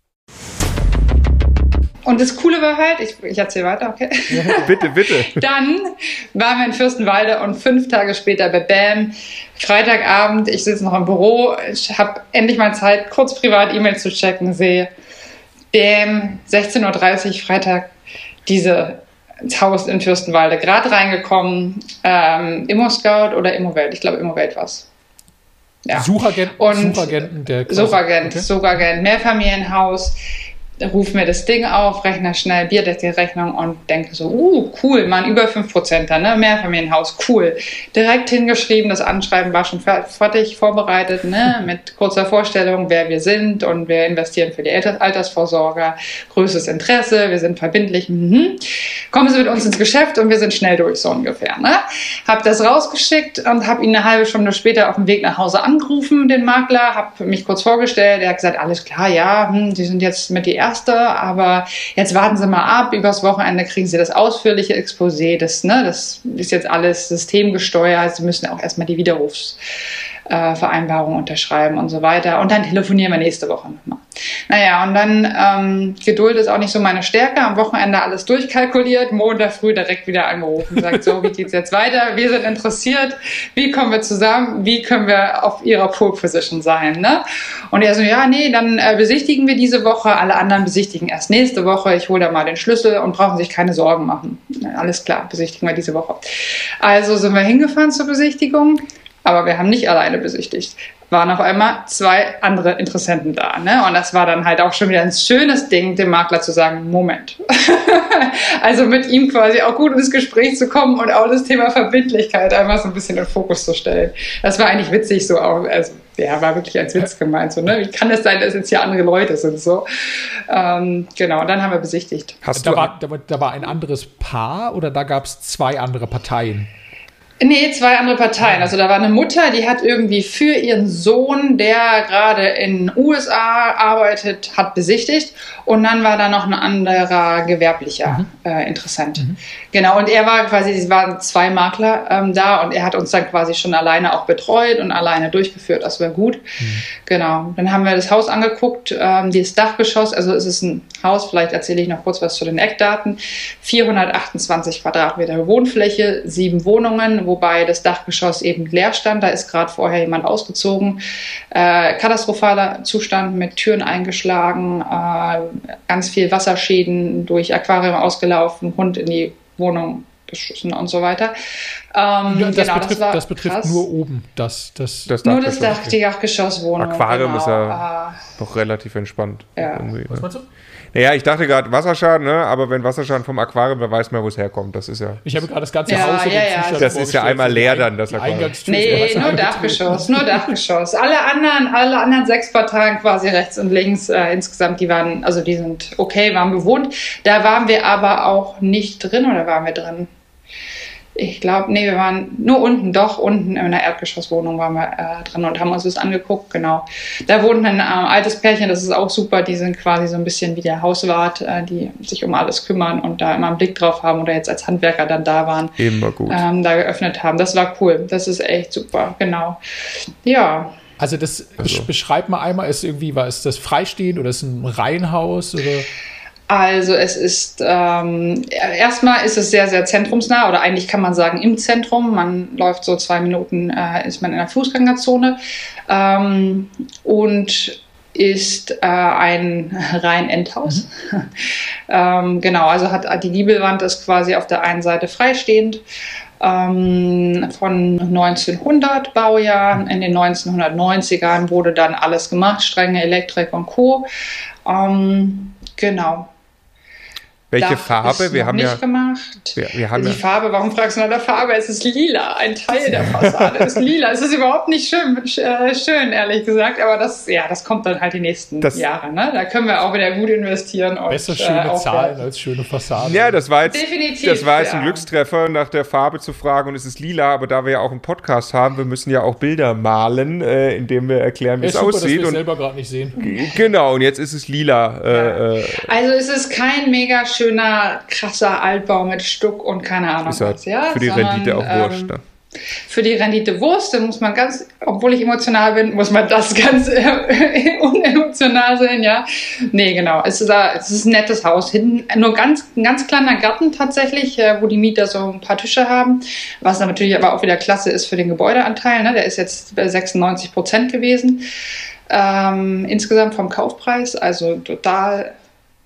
Und das Coole war halt, ich, ich erzähle weiter, okay? Ja, bitte, bitte. Dann waren wir in Fürstenwalde und fünf Tage später bei B A M, Freitagabend, ich sitze noch im Büro, ich habe endlich mal Zeit, kurz privat E-Mail zu checken, sehe B A M, sechzehn Uhr dreißig, Freitag, diese ins Haus in Fürstenwalde gerade reingekommen. Ähm, Immo-Scout oder Immowelt? Ich glaube, Immowelt war es. Ja. Suchagenten, und Suchagenten der Suchagent, okay. Suchagent, Mehrfamilienhaus. Ruf mir das Ding auf, rechne schnell Bierdeckelrechnung und denke so, uh, cool, man, über fünf Prozent da, ne, Mehrfamilienhaus, cool. Direkt hingeschrieben, das Anschreiben war schon fertig, vorbereitet, ne, mit kurzer Vorstellung, wer wir sind und wir investieren für die Altersvorsorge, größtes Interesse, wir sind verbindlich, mhm. Kommen Sie mit uns ins Geschäft und wir sind schnell durch, so ungefähr, ne. Hab das rausgeschickt und hab ihn eine halbe Stunde später auf dem Weg nach Hause angerufen, den Makler, hab mich kurz vorgestellt, er hat gesagt, alles klar, ja, hm, Sie sind jetzt mit die Erste, aber jetzt warten Sie mal ab, übers Wochenende kriegen Sie das ausführliche Exposé, das, ne, das ist jetzt alles systemgesteuert, Sie müssen auch erstmal die Widerrufsvereinbarung äh, unterschreiben und so weiter und dann telefonieren wir nächste Woche nochmal. Naja, und dann ähm, Geduld ist auch nicht so meine Stärke, am Wochenende alles durchkalkuliert, Montag früh direkt wieder angerufen, sagt so, wie geht's jetzt weiter, wir sind interessiert, wie kommen wir zusammen, wie können wir auf Ihrer Pole Position sein, ne? Und er so, ja, nee, dann äh, besichtigen wir diese Woche, alle anderen besichtigen erst nächste Woche, ich hole da mal den Schlüssel und brauchen sich keine Sorgen machen. Ja, alles klar, besichtigen wir diese Woche. Also sind wir hingefahren zur Besichtigung, aber wir haben nicht alleine besichtigt. Waren auf einmal zwei andere Interessenten da. Ne? Und das war dann halt auch schon wieder ein schönes Ding, dem Makler zu sagen, Moment. Also mit ihm quasi auch gut ins Gespräch zu kommen und auch das Thema Verbindlichkeit einfach so ein bisschen in den Fokus zu stellen. Das war eigentlich witzig so auch. Also ja, war wirklich als Witz gemeint. So, ne? Wie kann es sein, dass jetzt hier andere Leute sind? So. Ähm, genau, und dann haben wir besichtigt. Hast da, du war, da, da war ein anderes Paar oder da gab es zwei andere Parteien? Nee, zwei andere Parteien. Also da war eine Mutter, die hat irgendwie für ihren Sohn, der gerade in den U S A arbeitet, hat besichtigt. Und dann war da noch ein anderer gewerblicher mhm. äh, Interessent. Mhm. Genau, und er war quasi, es waren zwei Makler ähm, da und er hat uns dann quasi schon alleine auch betreut und alleine durchgeführt. Das war gut. Mhm. Genau, dann haben wir das Haus angeguckt, ähm, dieses Dachgeschoss, also es ist ein Haus, vielleicht erzähle ich noch kurz was zu den Eckdaten. vierhundertachtundzwanzig Quadratmeter Wohnfläche, sieben Wohnungen, wobei das Dachgeschoss eben leer stand. Da ist gerade vorher jemand ausgezogen. Äh, katastrophaler Zustand mit Türen eingeschlagen, äh, ganz viel Wasserschäden durch Aquarium ausgelaufen, Hund in die Wohnung beschissen und so weiter. Ähm, ja, das, genau, betrifft, das, war das betrifft nur oben. Das, das, das nur das Dach, die Dachgeschosswohnung. Aquarium genau. ist ja äh, noch relativ entspannt. Ja. Was meinst du? Naja, ich dachte gerade Wasserschaden, ne? Aber wenn Wasserschaden vom Aquarium, da weiß man, wo es herkommt. Das ist ja. Ich habe gerade das ganze ja, Haus. Ja, ja. Das ist ja einmal leer dann, das Aquarium. Nee, nur Dachgeschoss, nur Dachgeschoss. Alle anderen, alle anderen sechs Parteien quasi rechts und links äh, insgesamt, die waren, also die sind okay, waren bewohnt. Da waren wir aber auch nicht drin, oder waren wir drin? Ich glaube, nee, wir waren nur unten, doch, unten in einer Erdgeschosswohnung waren wir äh, drin und haben uns das angeguckt, genau. Da wohnt ein äh, altes Pärchen, das ist auch super, die sind quasi so ein bisschen wie der Hauswart, äh, die sich um alles kümmern und da immer einen Blick drauf haben oder jetzt als Handwerker dann da waren. Immer gut. Ähm, da geöffnet haben. Das war cool, das ist echt super, genau. Ja. Also das also. beschreibt mal einmal, ist irgendwie, war ist das freistehend oder ist es ein Reihenhaus oder? Also es ist, ähm, erstmal ist es sehr, sehr zentrumsnah oder eigentlich kann man sagen im Zentrum. Man läuft so zwei Minuten, äh, ist man in der Fußgängerzone ähm, und ist äh, ein Reihenendhaus. Mhm. ähm, genau, also hat die Giebelwand ist quasi auf der einen Seite freistehend. Ähm, von neunzehnhundert Baujahren. In den neunzehnhundertneunzigern wurde dann alles gemacht, Stränge, Elektrik und Co. Ähm, genau. Welche Dach Farbe? Wir haben nicht ja gemacht. Wir, wir haben die ja Farbe, warum fragst du nach der Farbe? Es ist lila. Ein Teil der Fassade ist lila. Es ist überhaupt nicht schön, äh, schön, ehrlich gesagt. Aber das, ja, das kommt dann halt die nächsten das, Jahre. Ne? Da können wir auch wieder gut investieren. Und, besser schöne äh, Zahlen als schöne Fassaden. Ja, das war jetzt, Definitiv, das war jetzt ja. ein Glückstreffer, nach der Farbe zu fragen. Und es ist lila. Aber da wir ja auch einen Podcast haben, wir müssen ja auch Bilder malen, äh, indem wir erklären, wie ja, es super, aussieht. Dass wir und selber gerade nicht sehen. Genau. Und jetzt ist es lila. Äh, ja. Also es ist kein mega schöner krasser Altbau mit Stuck und keine Ahnung ist halt was, ja. Für die Sondern, Rendite auch ähm, wurscht. Ne? Für die Rendite Wurst, dann muss man ganz, obwohl ich emotional bin, muss man das ganz äh, unemotional sehen, ja. Nee, genau. Es ist, äh, es ist ein nettes Haus. Hinten nur ganz, ein ganz kleiner Garten tatsächlich, äh, wo die Mieter so ein paar Tische haben. Was dann natürlich aber auch wieder klasse ist für den Gebäudeanteil, ne? Der ist jetzt bei sechsundneunzig Prozent gewesen. Ähm, insgesamt vom Kaufpreis, also total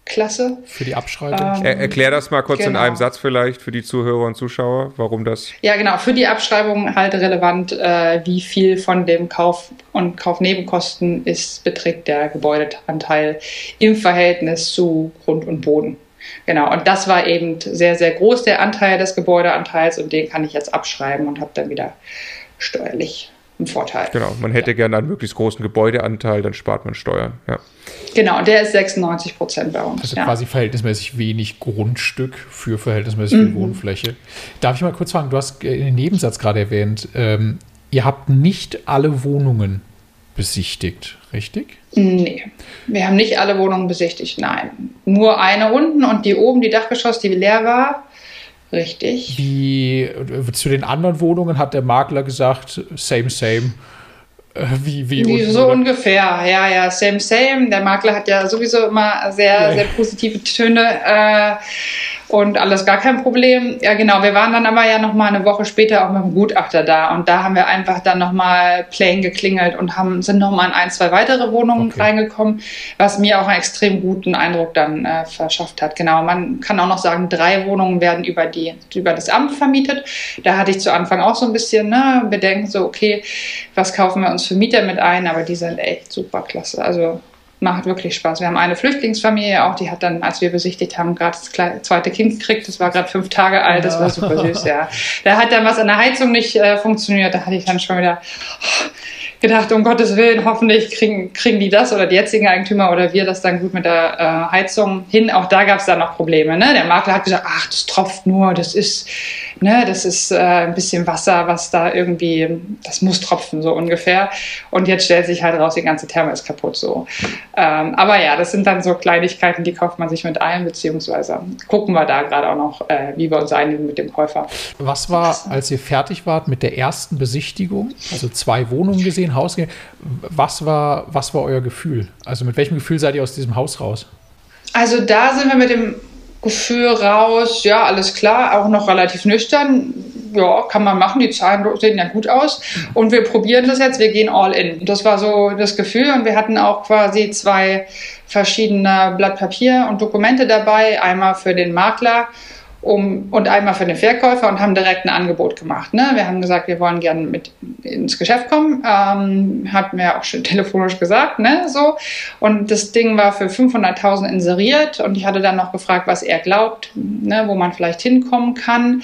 klasse. Für die Abschreibung. Ähm, er, erklär das mal kurz genau. in einem Satz vielleicht für die Zuhörer und Zuschauer, warum das... Ja, genau, für die Abschreibung halt relevant, äh, wie viel von dem Kauf- und Kaufnebenkosten ist, beträgt der Gebäudeanteil im Verhältnis zu Grund und Boden. Genau, und das war eben sehr, sehr groß, der Anteil des Gebäudeanteils, und den kann ich jetzt abschreiben und habe dann wieder steuerlich einen Vorteil. Genau, man hätte ja. gerne einen möglichst großen Gebäudeanteil, dann spart man Steuern. Ja. Genau, und der ist sechsundneunzig Prozent bei uns. Also ja. quasi verhältnismäßig wenig Grundstück für verhältnismäßig viel Mhm. Wohnfläche. Darf ich mal kurz fragen, du hast in den Nebensatz gerade erwähnt, ähm, ihr habt nicht alle Wohnungen besichtigt, richtig? Nee, wir haben nicht alle Wohnungen besichtigt, nein. Nur eine unten und die oben, die Dachgeschoss, die leer war. Richtig. Wie zu den anderen Wohnungen hat der Makler gesagt, same, same. Äh, wie, wie, Wie unten, so oder? ungefähr, ja, ja, same, same. Der Makler hat ja sowieso immer sehr, Ja. sehr positive Töne äh, und alles gar kein Problem. Ja, genau, wir waren dann aber ja nochmal eine Woche später auch mit dem Gutachter da, und da haben wir einfach dann nochmal plain geklingelt und haben, sind nochmal in ein, zwei weitere Wohnungen Okay. reingekommen, was mir auch einen extrem guten Eindruck dann äh, verschafft hat. Genau, man kann auch noch sagen, drei Wohnungen werden über, die, über das Amt vermietet. Da hatte ich zu Anfang auch so ein bisschen ne, Bedenken, so okay, was kaufen wir uns für Mieter mit ein, aber die sind echt super klasse. Also macht wirklich Spaß. Wir haben eine Flüchtlingsfamilie auch, die hat dann, als wir besichtigt haben, gerade das kleine, zweite Kind gekriegt. Das war gerade fünf Tage alt, das war super süß, ja. Da hat dann was an der Heizung nicht äh, funktioniert, da hatte ich dann schon wieder oh, gedacht, um Gottes Willen, hoffentlich kriegen, kriegen die das oder die jetzigen Eigentümer oder wir das dann gut mit der äh, Heizung hin. Auch da gab es dann noch Probleme. Ne? Der Makler hat gesagt, ach, das tropft nur, das ist, ne, das ist äh, ein bisschen Wasser, was da irgendwie, das muss tropfen, so ungefähr. Und jetzt stellt sich halt raus, die ganze Therme ist kaputt, so. Ähm, aber ja, das sind dann so Kleinigkeiten, die kauft man sich mit ein, beziehungsweise gucken wir da gerade auch noch, äh, wie wir uns einigen mit dem Käufer. Was war, als ihr fertig wart mit der ersten Besichtigung, also zwei Wohnungen gesehen, Haus gesehen, was war, was war euer Gefühl? Also mit welchem Gefühl seid ihr aus diesem Haus raus? Also da sind wir mit dem Gefühl raus, ja, alles klar, auch noch relativ nüchtern. Ja, kann man machen, die Zahlen sehen ja gut aus. Und wir probieren das jetzt, wir gehen all in. Das war so das Gefühl, und wir hatten auch quasi zwei verschiedene Blatt Papier und Dokumente dabei, einmal für den Makler um, und einmal für den Verkäufer, und haben direkt ein Angebot gemacht. Ne? Wir haben gesagt, wir wollen gerne mit ins Geschäft kommen, ähm, hatten wir auch schon telefonisch gesagt, ne, so. Und das Ding war für fünfhunderttausend inseriert, und ich hatte dann noch gefragt, was er glaubt, ne, wo man vielleicht hinkommen kann.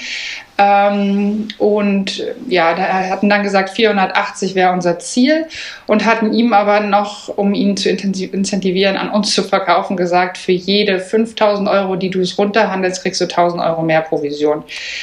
Ähm, und ja, da hatten dann gesagt, vierhundertachtzig wäre unser Ziel, und hatten ihm aber noch, um ihn zu incentivieren, an uns zu verkaufen, gesagt, für jede fünftausend Euro, die du es runterhandelst, kriegst du tausend Euro mehr Provision.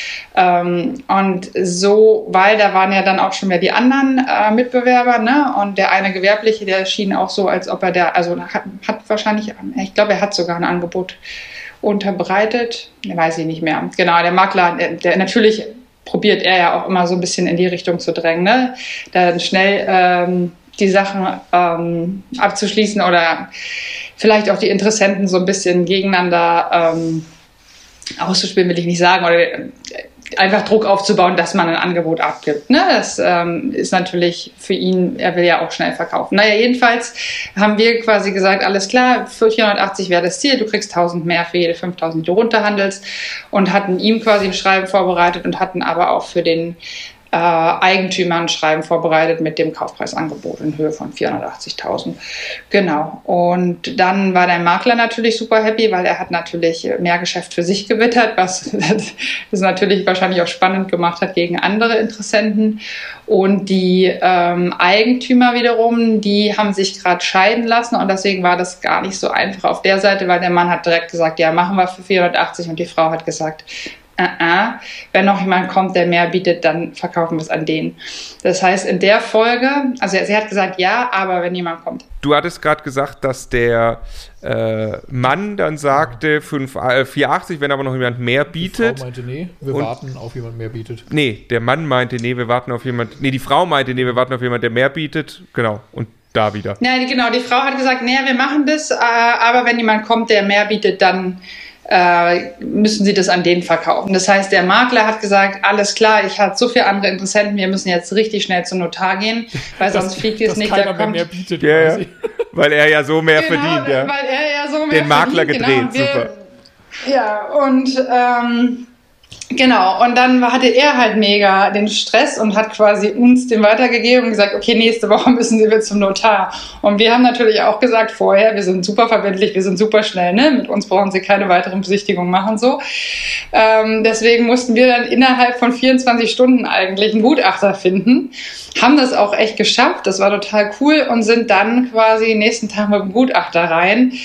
Ähm, und so, weil da waren ja dann auch schon mehr die anderen äh, Mitbewerber, ne? Und der eine Gewerbliche, der schien auch so, als ob er der, also hat, hat wahrscheinlich, ich glaube, er hat sogar ein Angebot unterbreitet, weiß ich nicht mehr. Genau, der Makler, der, der natürlich probiert er ja auch immer so ein bisschen in die Richtung zu drängen, ne? Dann schnell ähm, die Sachen ähm, abzuschließen oder vielleicht auch die Interessenten so ein bisschen gegeneinander ähm, auszuspielen, will ich nicht sagen, oder äh, einfach Druck aufzubauen, dass man ein Angebot abgibt. Ne? Das ähm, ist natürlich für ihn, er will ja auch schnell verkaufen. Naja, jedenfalls haben wir quasi gesagt, alles klar, für vierhundertachtzig wäre das Ziel, du kriegst tausend mehr für jede fünftausend, die du runterhandelst, und hatten ihm quasi ein Schreiben vorbereitet und hatten aber auch für den äh, Eigentümer ein Schreiben vorbereitet mit dem Kaufpreisangebot in Höhe von vierhundertachtzigtausend. Genau. Und dann war der Makler natürlich super happy, weil er hat natürlich mehr Geschäft für sich gewittert, was das natürlich wahrscheinlich auch spannend gemacht hat gegen andere Interessenten. Und die ähm, Eigentümer wiederum, die haben sich gerade scheiden lassen, und deswegen war das gar nicht so einfach auf der Seite, weil der Mann hat direkt gesagt, ja, machen wir für vierhundertachtzig, und die Frau hat gesagt, Uh-uh. wenn noch jemand kommt, der mehr bietet, dann verkaufen wir es an den. Das heißt, in der Folge, also sie hat gesagt, ja, aber wenn jemand kommt. Du hattest gerade gesagt, dass der äh, Mann dann sagte, fünf, äh, vierhundertachtzig, wenn aber noch jemand mehr bietet. Die Frau meinte, nee, wir Und, warten auf jemand mehr bietet. Nee, der Mann meinte, nee, wir warten auf jemand, nee, die Frau meinte, nee, wir warten auf jemand, der mehr bietet. Genau, und da wieder. Ja, genau, die Frau hat gesagt, nee, wir machen das, äh, aber wenn jemand kommt, der mehr bietet, dann äh, müssen sie das an den verkaufen. Das heißt, der Makler hat gesagt, alles klar, ich habe so viele andere Interessenten, wir müssen jetzt richtig schnell zum Notar gehen, weil sonst das, fliegt es nicht. Keiner Da kommt, mehr bietet ja, quasi. Ja. Weil er ja so mehr genau, verdient, ja. Weil er ja so mehr Den Makler verdient, gedreht, genau. Wir, super. Ja, und ähm, genau, und dann hatte er halt mega den Stress und hat quasi uns den weitergegeben und gesagt, okay, nächste Woche müssen Sie wieder zum Notar. Und wir haben natürlich auch gesagt vorher, wir sind super verbindlich, wir sind super schnell, ne? Mit uns brauchen Sie keine weiteren Besichtigungen machen, so. Ähm, deswegen mussten wir dann innerhalb von vierundzwanzig Stunden eigentlich einen Gutachter finden, haben das auch echt geschafft, das war total cool und sind dann quasi den nächsten Tag mit dem Gutachter rein,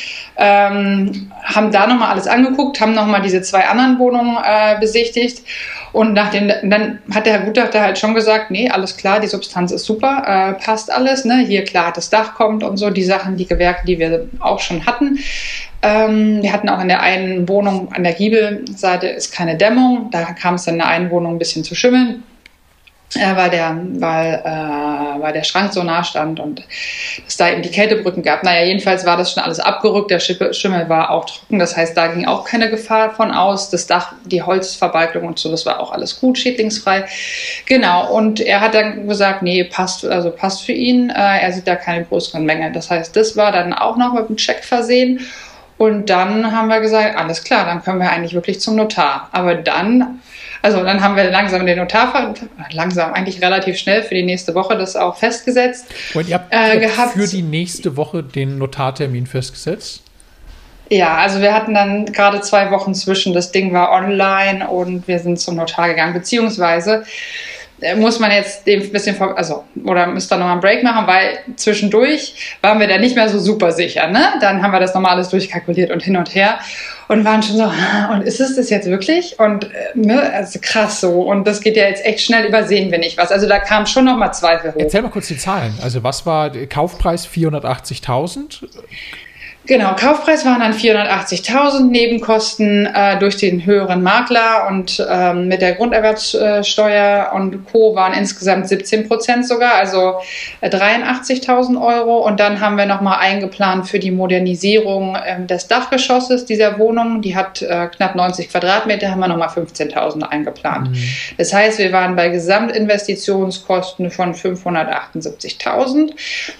ähm, haben da nochmal alles angeguckt, haben nochmal diese zwei anderen Wohnungen äh, besichtigt und nachdem, dann hat der Herr Gutachter halt schon gesagt, nee, alles klar, die Substanz ist super, äh, passt alles, ne? Hier klar, das Dach kommt und so, die Sachen, die Gewerke, die wir auch schon hatten. Ähm, wir hatten auch in der einen Wohnung an der Giebelseite ist keine Dämmung, da kam es dann in der einen Wohnung ein bisschen zu schimmeln. Äh, weil, der, weil, äh, weil der Schrank so nah stand und es da eben die Kältebrücken gab. Naja, jedenfalls war das schon alles abgerückt, der Schimmel war auch trocken, das heißt, da ging auch keine Gefahr von aus. Das Dach, die Holzverbalkung und so, das war auch alles gut, schädlingsfrei. Genau, und er hat dann gesagt, nee, passt, also passt für ihn, äh, er sieht da keine größeren Mängel. Das heißt, das war dann auch noch mit einem Check versehen. Und dann haben wir gesagt, alles klar, dann können wir eigentlich wirklich zum Notar. Aber dann... Also dann haben wir langsam den Notar, langsam, eigentlich relativ schnell für die nächste Woche das auch festgesetzt. Und ihr habt äh, gehabt. für die nächste Woche den Notartermin festgesetzt? Ja, also wir hatten dann gerade zwei Wochen zwischen, das Ding war online und wir sind zum Notar gegangen, beziehungsweise muss man jetzt dem ein bisschen, also, oder müsst ihr nochmal einen Break machen, weil zwischendurch waren wir da nicht mehr so super sicher, ne? Dann haben wir das nochmal alles durchkalkuliert und hin und her und waren schon so, und ist es das jetzt wirklich? Und, ne, also krass so. Und das geht ja jetzt echt schnell, übersehen wir nicht was. Also da kam schon nochmal Zweifel hoch. Erzähl mal kurz die Zahlen. Also was war der Kaufpreis? vierhundertachtzigtausend? Genau, Kaufpreis waren dann vierhundertachtzigtausend, Nebenkosten äh, durch den höheren Makler und ähm, mit der Grunderwerbsteuer und Co. waren insgesamt siebzehn Prozent sogar, also äh, dreiundachtzigtausend Euro. Und dann haben wir nochmal eingeplant für die Modernisierung äh, des Dachgeschosses dieser Wohnung. Die hat äh, knapp neunzig Quadratmeter, haben wir nochmal fünfzehntausend eingeplant. Mhm. Das heißt, wir waren bei Gesamtinvestitionskosten von fünfhundertachtundsiebzigtausend.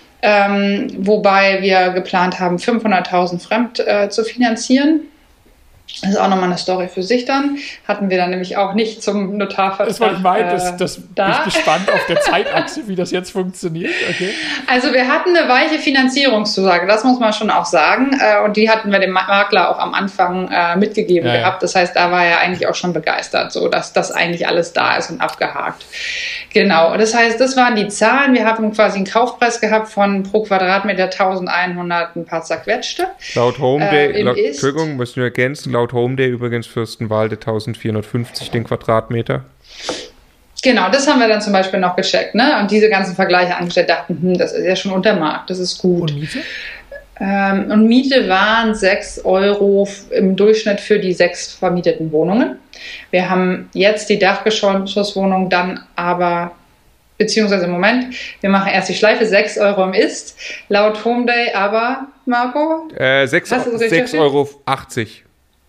Ähm, wobei wir geplant haben, fünfhunderttausend fremd äh, zu finanzieren. Das ist auch nochmal eine Story für sich dann. Hatten wir dann nämlich auch nicht zum Notarvertrag. Das war gemeint, äh, das, das da. bin ich gespannt auf der Zeitachse, wie das jetzt funktioniert. Okay. Also wir hatten eine weiche Finanzierungszusage, das muss man schon auch sagen. Äh, und die hatten wir dem Makler auch am Anfang äh, mitgegeben ja, gehabt. Das heißt, da war er eigentlich auch schon begeistert, so dass das eigentlich alles da ist und abgehakt. Genau, das heißt, das waren die Zahlen. Wir haben quasi einen Kaufpreis gehabt von pro Quadratmeter eintausendeinhundert, ein paar zerquetschte. Laut Homeday, äh, laut, Entschuldigung, müssen wir ergänzen, laut Homeday übrigens Fürstenwalde eintausendvierhundertfünfzig den Quadratmeter. Genau, das haben wir dann zum Beispiel noch gecheckt, ne? Und diese ganzen Vergleiche angestellt, dachten, hm, das ist ja schon unter Markt, das ist gut. Und Miete? Ähm, und Miete waren sechs Euro im Durchschnitt für die sechs vermieteten Wohnungen. Wir haben jetzt die Dachgeschosswohnung dann aber, beziehungsweise im Moment, wir machen erst die Schleife, sechs Euro im Ist, laut Homeday, aber, Marco? Äh, sechs Euro achtzig.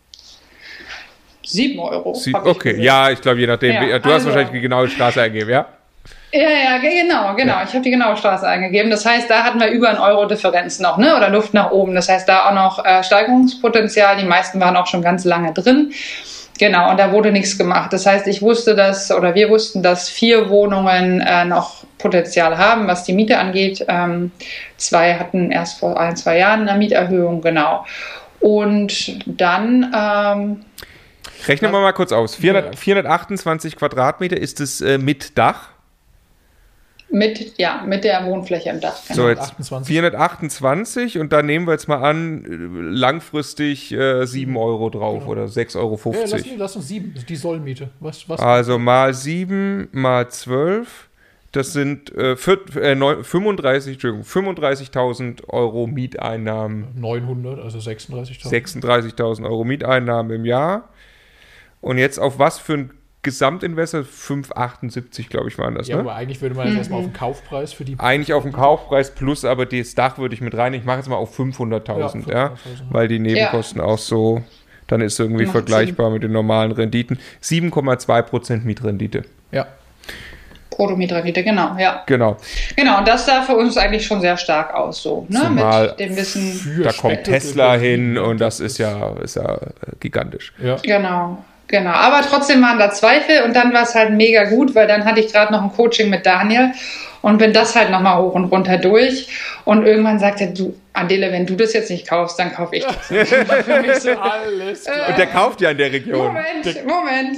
sieben Euro. Sie, okay, gesehen. Ja, ich glaube, je nachdem. Ja, du hast also, wahrscheinlich die genaue Straße eingegeben, ja? Ja, ja, genau, genau. Ja. Ich habe die genaue Straße eingegeben. Das heißt, da hatten wir über einen Euro Differenz noch, ne? Oder Luft nach oben. Das heißt, da auch noch äh, Steigerungspotenzial. Die meisten waren auch schon ganz lange drin. Genau, und da wurde nichts gemacht. Das heißt, ich wusste, dass, oder wir wussten, dass vier Wohnungen äh, noch Potenzial haben, was die Miete angeht. Ähm, zwei hatten erst vor ein, zwei Jahren eine Mieterhöhung, genau. Und dann... Ähm, Rechnen wir mal kurz aus. vierhundert, vierhundertachtundzwanzig Quadratmeter, ist es äh, mit Dach? Mit, ja, mit der Wohnfläche im Dach. Genau. So, jetzt vierhundertachtundzwanzig und dann nehmen wir jetzt mal an, langfristig äh, sieben Euro drauf genau. Oder sechs Euro fünfzig. Ja, lass, lass uns sieben, die Sollmiete. Was, was also mal sieben mal zwölf, das sind äh, fünfunddreißig, Entschuldigung, fünfunddreißigtausend Euro Mieteinnahmen. neunhundert, also sechsunddreißigtausend. sechsunddreißigtausend Euro Mieteinnahmen im Jahr. Und jetzt auf was für ein Gesamtinvestor? fünf Komma achtundsiebzig, glaube ich, waren das, ja, ne? aber eigentlich würde man jetzt mhm. erstmal auf den Kaufpreis für die... Eigentlich auf den Kaufpreis plus, aber das Dach würde ich mit rein. Ich mache jetzt mal auf fünfhunderttausend, ja, ja, weil die Nebenkosten ja. auch so, dann ist irgendwie Macht vergleichbar Sinn. Mit den normalen Renditen. sieben Komma zwei Prozent Mietrendite. Ja. Bruttomietrendite, genau, ja. Genau. Genau, und das sah für uns eigentlich schon sehr stark aus, so, ne? Zumal mit dem Wissen. Da kommt Tesla hin und das ist ja, ist ja gigantisch. Ja. Genau, genau. Aber trotzdem waren da Zweifel und dann war es halt mega gut, weil dann hatte ich gerade noch ein Coaching mit Daniel und bin das halt nochmal hoch und runter durch. Und irgendwann sagte er, du, Adele, wenn du das jetzt nicht kaufst, dann kaufe ich das. Für mich so, Alles klar. Und der kauft ja in der Region. Moment, Moment.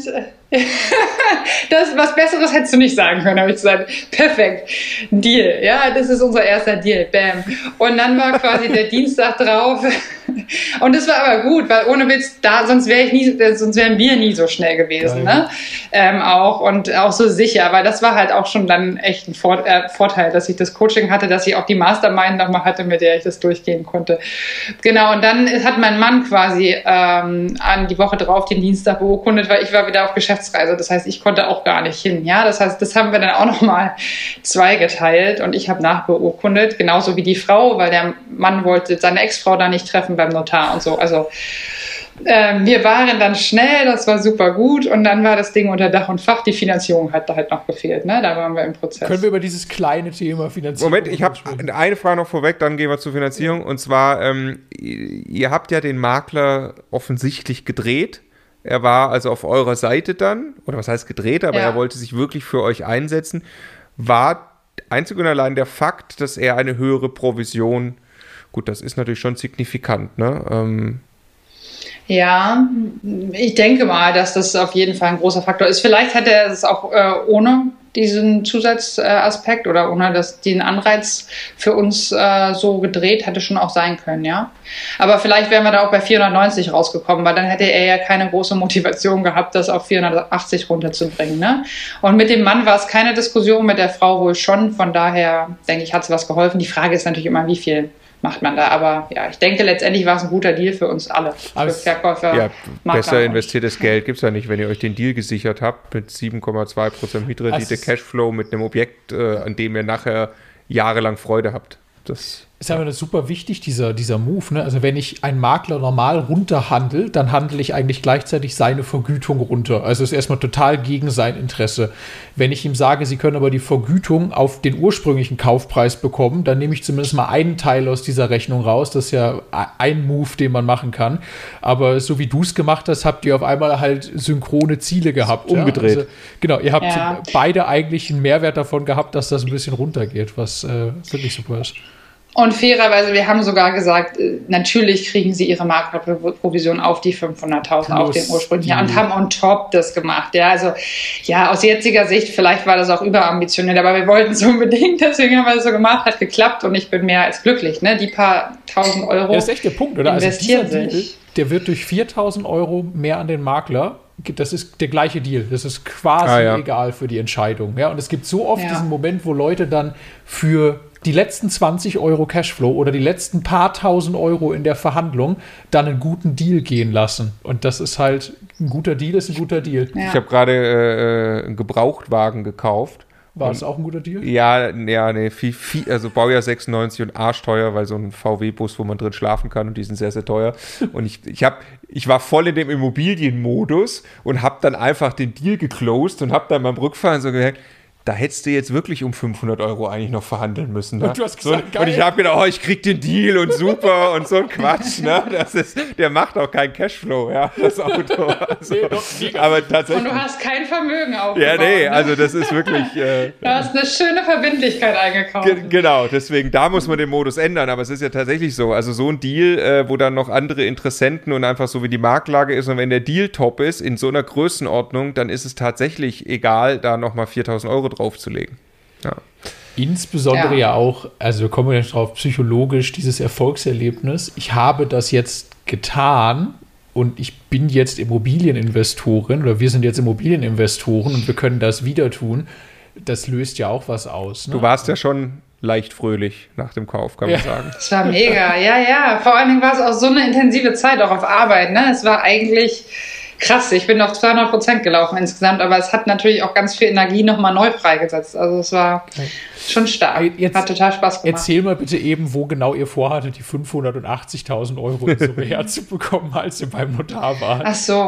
Das, was Besseres hättest du nicht sagen können, habe ich gesagt. Perfekt. Deal. Ja, das ist unser erster Deal. Bam. Und dann war quasi der Dienstag drauf. Und das war aber gut, weil ohne Witz, da, sonst wäre ich nie, sonst wären wir nie so schnell gewesen, ne? Ähm, auch und auch so sicher. Weil das war halt auch schon dann echt ein Vor- äh, Vorteil, dass ich das Coaching hatte, dass ich auch die Mastermind nochmal hatte, mit der ich das durchgehen konnte. Genau. Und dann hat mein Mann quasi ähm, an die Woche drauf den Dienstag beurkundet, weil ich war wieder auf Geschäftsreise. Das heißt, ich konnte auch gar nicht hin. Ja, das heißt, das haben wir dann auch nochmal zweigeteilt und ich habe nachbeurkundet, genauso wie die Frau, weil der Mann wollte seine Ex-Frau da nicht treffen beim Notar und so. Also ähm, wir waren dann schnell, das war super gut und dann war das Ding unter Dach und Fach. Die Finanzierung hat da halt noch gefehlt. Ne? Da waren wir im Prozess. Können wir über dieses kleine Thema Finanzierung Moment, ich habe sprechen? eine Frage noch vorweg, dann gehen wir zur Finanzierung. Und zwar, ähm, ihr habt ja den Makler offensichtlich gedreht. Er war also auf eurer Seite dann, oder was heißt gedreht, aber Ja. er wollte sich wirklich für euch einsetzen. War einzig und allein der Fakt, dass er eine höhere Provision, gut, das ist natürlich schon signifikant, ne? Ähm, Ja, ich denke mal, dass das auf jeden Fall ein großer Faktor ist. Vielleicht hätte er es auch äh, ohne diesen Zusatzaspekt oder ohne das, den Anreiz für uns äh, so gedreht, hätte schon auch sein können, ja. Aber vielleicht wären wir da auch bei vierhundertneunzig rausgekommen, weil dann hätte er ja keine große Motivation gehabt, das auf vierhundertachtzig runterzubringen, ne? Und mit dem Mann war es keine Diskussion, mit der Frau wohl schon. Von daher, denke ich, hat es was geholfen. Die Frage ist natürlich immer, wie viel macht man da. Aber ja, ich denke, letztendlich war es ein guter Deal für uns alle. Aber für Verkäufer, ja, Makler besser und- investiertes Geld gibt es ja nicht, wenn ihr euch den Deal gesichert habt mit sieben Komma zwei Prozent Mietrendite, Also- Cashflow mit einem Objekt, äh, an dem ihr nachher jahrelang Freude habt. Das Ist aber super wichtig, dieser, dieser Move. Ne? Also wenn ich einen Makler normal runterhandel, dann handle ich eigentlich gleichzeitig seine Vergütung runter. Also ist erstmal total gegen sein Interesse. Wenn ich ihm sage, Sie können aber die Vergütung auf den ursprünglichen Kaufpreis bekommen, dann nehme ich zumindest mal einen Teil aus dieser Rechnung raus. Das ist ja ein Move, den man machen kann. Aber so wie du es gemacht hast, habt ihr auf einmal halt synchrone Ziele gehabt. Umgedreht. Ja? Also, genau, ihr habt Ja. beide eigentlich einen Mehrwert davon gehabt, dass das ein bisschen runtergeht, was äh, wirklich super ist. Und fairerweise, wir haben sogar gesagt, äh, natürlich kriegen sie ihre Maklerprovision auf die fünfhunderttausend, auf den Plus ursprünglichen, die- und haben on top das gemacht. Ja, also, ja, aus jetziger Sicht, vielleicht war das auch überambitioniert, aber wir wollten es unbedingt, deswegen haben wir es so gemacht, hat geklappt und ich bin mehr als glücklich, ne? Die paar tausend Euro. Ja, das ist echt der Punkt, oder? Also investieren dieser Deal, sich. der wird durch viertausend Euro mehr an den Makler. Das ist der gleiche Deal. Das ist quasi Ah, ja. egal für die Entscheidung. Ja, und es gibt so oft Ja. diesen Moment, wo Leute dann für die letzten zwanzig Euro Cashflow oder die letzten paar tausend Euro in der Verhandlung dann einen guten Deal gehen lassen. Und das ist halt ein guter Deal, ist ein guter Deal. Ja. Ich habe gerade äh, einen Gebrauchtwagen gekauft. War es auch ein guter Deal? Ja, ja, nee, viel, viel, also Baujahr sechsundneunzig und arschteuer, weil so ein V W-Bus, wo man drin schlafen kann, und die sind sehr, sehr teuer. Und ich, ich, hab, ich war voll in dem Immobilienmodus und habe dann einfach den Deal geclosed und habe dann beim Rückfahren so gemerkt, da hättest du jetzt wirklich um fünfhundert Euro eigentlich noch verhandeln müssen. Ne? Und du hast so, gesagt, und ich geil. habe gedacht, oh, ich krieg den Deal und super und so ein Quatsch. Ne? Das ist, der macht auch keinen Cashflow, ja, das Auto. Also, Nee, doch, mega. aber Und tatsächlich. du hast kein Vermögen aufgebaut. Ja, nee, ne? also das ist wirklich. Äh, Du hast eine schöne Verbindlichkeit eingekauft. Ge- Genau, deswegen, da muss man den Modus ändern, aber es ist ja tatsächlich so, also so ein Deal, äh, wo dann noch andere Interessenten und einfach so wie die Marktlage ist, und wenn der Deal top ist, in so einer Größenordnung, dann ist es tatsächlich egal, da nochmal viertausend Euro draufzulegen. Ja. Insbesondere Ja. ja auch, also wir kommen ja drauf, psychologisch dieses Erfolgserlebnis. Ich habe das jetzt getan und ich bin jetzt Immobilieninvestorin oder wir sind jetzt Immobilieninvestoren und wir können das wieder tun. Das löst ja auch was aus. Ne? Du warst ja schon leicht fröhlich nach dem Kauf, kann man Ja. sagen. Das war mega, ja, ja. Vor allen Dingen war es auch so eine intensive Zeit, auch auf Arbeit. Ne? Es war eigentlich krass. Ich bin auf zweihundert Prozent gelaufen insgesamt, aber es hat natürlich auch ganz viel Energie nochmal neu freigesetzt. Also es war schon stark. Jetzt Hat total Spaß gemacht. Erzähl mal bitte eben, wo genau ihr vorhattet, die fünfhundertachtzigtausend Euro in Summe herzubekommen, als ihr beim Notar wart. Ach so.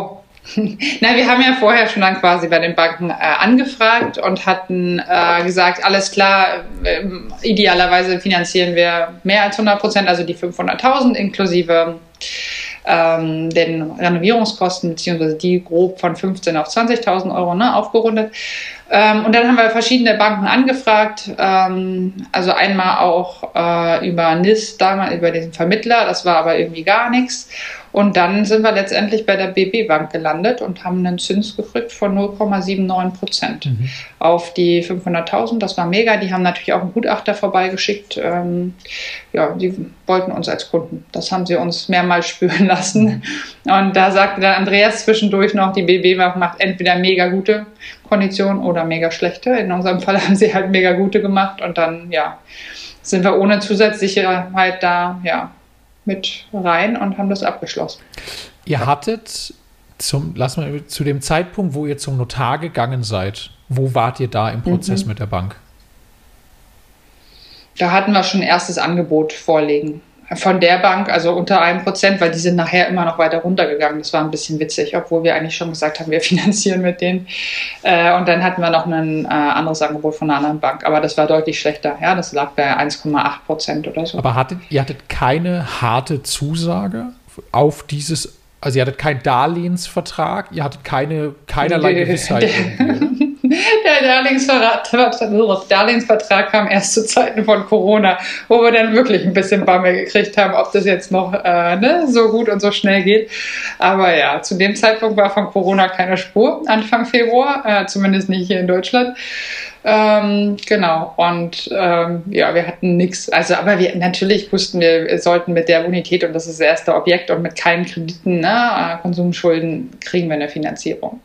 Na, wir haben ja vorher schon dann quasi bei den Banken äh, angefragt und hatten äh, gesagt, alles klar, äh, idealerweise finanzieren wir mehr als hundert Prozent, also die fünfhunderttausend inklusive ähm, den Renovierungskosten, beziehungsweise die grob von fünfzehntausend auf zwanzigtausend Euro, ne, aufgerundet. Ähm, und dann haben wir verschiedene Banken angefragt, ähm, also einmal auch äh, über N I S, damals über diesen Vermittler, das war aber irgendwie gar nichts. Und dann sind wir letztendlich bei der B B Bank gelandet und haben einen Zins gekriegt von null Komma neunundsiebzig Prozent mhm. auf die fünfhunderttausend. Das war mega. Die haben natürlich auch einen Gutachter vorbeigeschickt. Ähm, ja, die wollten uns als Kunden. Das haben sie uns mehrmals spüren lassen. Und da sagte dann Andreas zwischendurch noch, die B B Bank macht entweder mega gute Konditionen oder mega schlechte. In unserem Fall haben sie halt mega gute gemacht. Und dann, ja, sind wir ohne Zusatzsicherheit da, ja, mit rein und haben das abgeschlossen. Ihr hattet zum, lass mal, zu dem Zeitpunkt, wo ihr zum Notar gegangen seid, wo wart ihr da im Prozess mhm. mit der Bank? Da hatten wir schon ein erstes Angebot vorlegen. Von der Bank, also unter einem Prozent, weil die sind nachher immer noch weiter runtergegangen. Das war ein bisschen witzig, obwohl wir eigentlich schon gesagt haben, wir finanzieren mit denen. Äh, und dann hatten wir noch ein äh, anderes Angebot von einer anderen Bank. Aber das war deutlich schlechter. Ja, das lag bei eins Komma acht Prozent oder so. Aber hattet, ihr hattet keine harte Zusage auf dieses, also ihr hattet keinen Darlehensvertrag, ihr hattet keine, keinerlei Gewissheit. Der Darlehensvertrag, Darlehensvertrag kam erst zu Zeiten von Corona, wo wir dann wirklich ein bisschen Bammel gekriegt haben, ob das jetzt noch äh, ne, so gut und so schnell geht. Aber ja, zu dem Zeitpunkt war von Corona keine Spur, Anfang Februar, äh, zumindest nicht hier in Deutschland. Ähm, genau, und ähm, ja, wir hatten nichts. Also, aber wir natürlich wussten wir, wir sollten mit der Bonität, und das ist das erste Objekt, und mit keinen Krediten, ne, Konsumschulden, kriegen wir eine Finanzierung.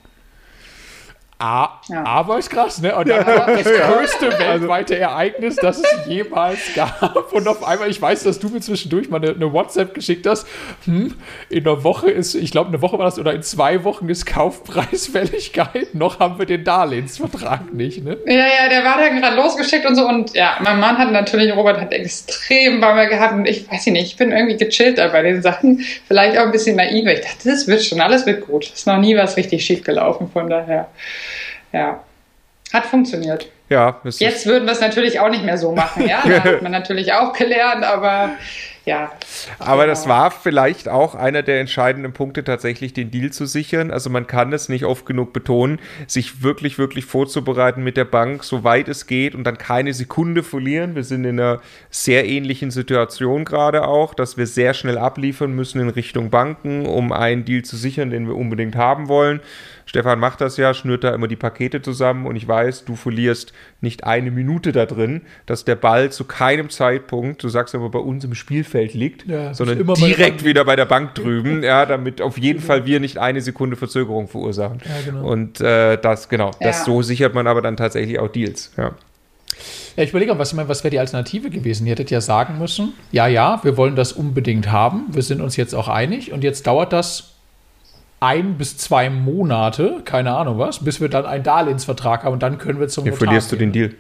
A, ja. Aber ist krass, ne? Und dann ja. das größte weltweite Ereignis, das es jemals gab. Und auf einmal, ich weiß, dass du mir zwischendurch mal eine, eine WhatsApp geschickt hast. Hm, in einer Woche ist, ich glaube, eine Woche war das, oder in zwei Wochen ist Kaufpreisfälligkeit. Noch haben wir den Darlehensvertrag nicht, ne? Ja, ja, der war dann gerade losgeschickt und so. Und ja, mein Mann hat natürlich, Robert hat extrem Bammel gehabt. Und ich weiß nicht, ich bin irgendwie gechillt da bei den Sachen. Vielleicht auch ein bisschen naiv. Ich dachte, das wird schon, alles wird gut. Ist noch nie was richtig schief gelaufen, von daher. Ja, hat funktioniert. Ja, jetzt würden wir es natürlich auch nicht mehr so machen, ja. Da hat man natürlich auch gelernt, aber ja. Aber genau. Das war vielleicht auch einer der entscheidenden Punkte, tatsächlich den Deal zu sichern. Also man kann es nicht oft genug betonen, sich wirklich, wirklich vorzubereiten mit der Bank, soweit es geht, und dann keine Sekunde verlieren. Wir sind in einer sehr ähnlichen Situation gerade auch, dass wir sehr schnell abliefern müssen in Richtung Banken, um einen Deal zu sichern, den wir unbedingt haben wollen. Stefan macht das ja, schnürt da immer die Pakete zusammen, und ich weiß, du verlierst nicht eine Minute da drin, dass der Ball zu keinem Zeitpunkt, du sagst aber, bei uns im Spielfeld liegt, ja, sondern immer direkt wieder bei der Bank drüben, ja, damit auf jeden Fall wir nicht eine Sekunde Verzögerung verursachen. Ja, genau. Und äh, das, genau, ja. das so sichert man aber dann tatsächlich auch Deals, ja. Ja, ich überlege mal, was, was wäre die Alternative gewesen? Ihr hättet ja sagen müssen, ja, ja, wir wollen das unbedingt haben, wir sind uns jetzt auch einig, und jetzt dauert das ein bis zwei Monate, keine Ahnung was, bis wir dann einen Darlehensvertrag haben, und dann können wir zum Notar gehen. Verlierst du den Deal.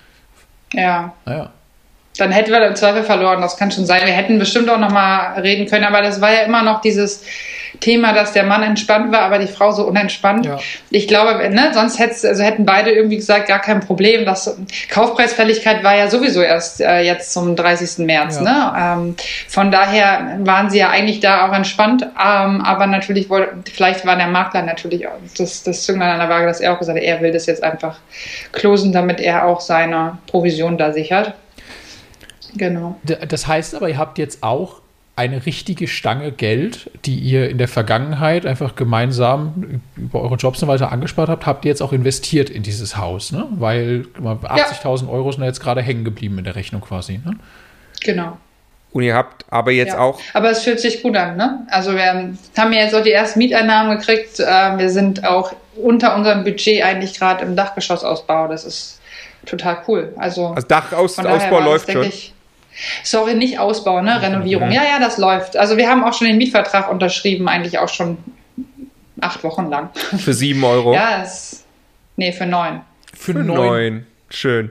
Ja. Naja. Dann hätten wir im Zweifel verloren, das kann schon sein. Wir hätten bestimmt auch noch mal reden können, aber das war ja immer noch dieses Thema, dass der Mann entspannt war, aber die Frau so unentspannt. Ja. Ich glaube, ne, sonst also hätten beide irgendwie gesagt, gar kein Problem. Das Kaufpreisfälligkeit war ja sowieso erst äh, jetzt zum dreißigsten März. Ja. Ne? Ähm, von daher waren sie ja eigentlich da auch entspannt, ähm, aber natürlich wollte, vielleicht war der Makler natürlich auch das, das Zünglein an der Waage, dass er auch gesagt hat, er will das jetzt einfach closen, damit er auch seine Provision da sichert. Genau. Das heißt aber, ihr habt jetzt auch eine richtige Stange Geld, die ihr in der Vergangenheit einfach gemeinsam über eure Jobs und weiter angespart habt, habt ihr jetzt auch investiert in dieses Haus, ne? Weil achtzigtausend ja. Euro sind da jetzt gerade hängen geblieben in der Rechnung quasi, ne? Genau. Und ihr habt aber jetzt ja. auch... Aber es fühlt sich gut an, ne? Also wir haben ja jetzt auch die ersten Mieteinnahmen gekriegt. Wir sind auch unter unserem Budget eigentlich gerade im Dachgeschossausbau. Das ist total cool. Also, also Dachausbau läuft schon? Ich, Sorry, nicht Ausbau, ne? Renovierung. Ja, ja, das läuft. Also wir haben auch schon den Mietvertrag unterschrieben, eigentlich auch schon acht Wochen lang. Für sieben Euro? Ja, es, nee, für neun. Für, für neun. neun. Schön.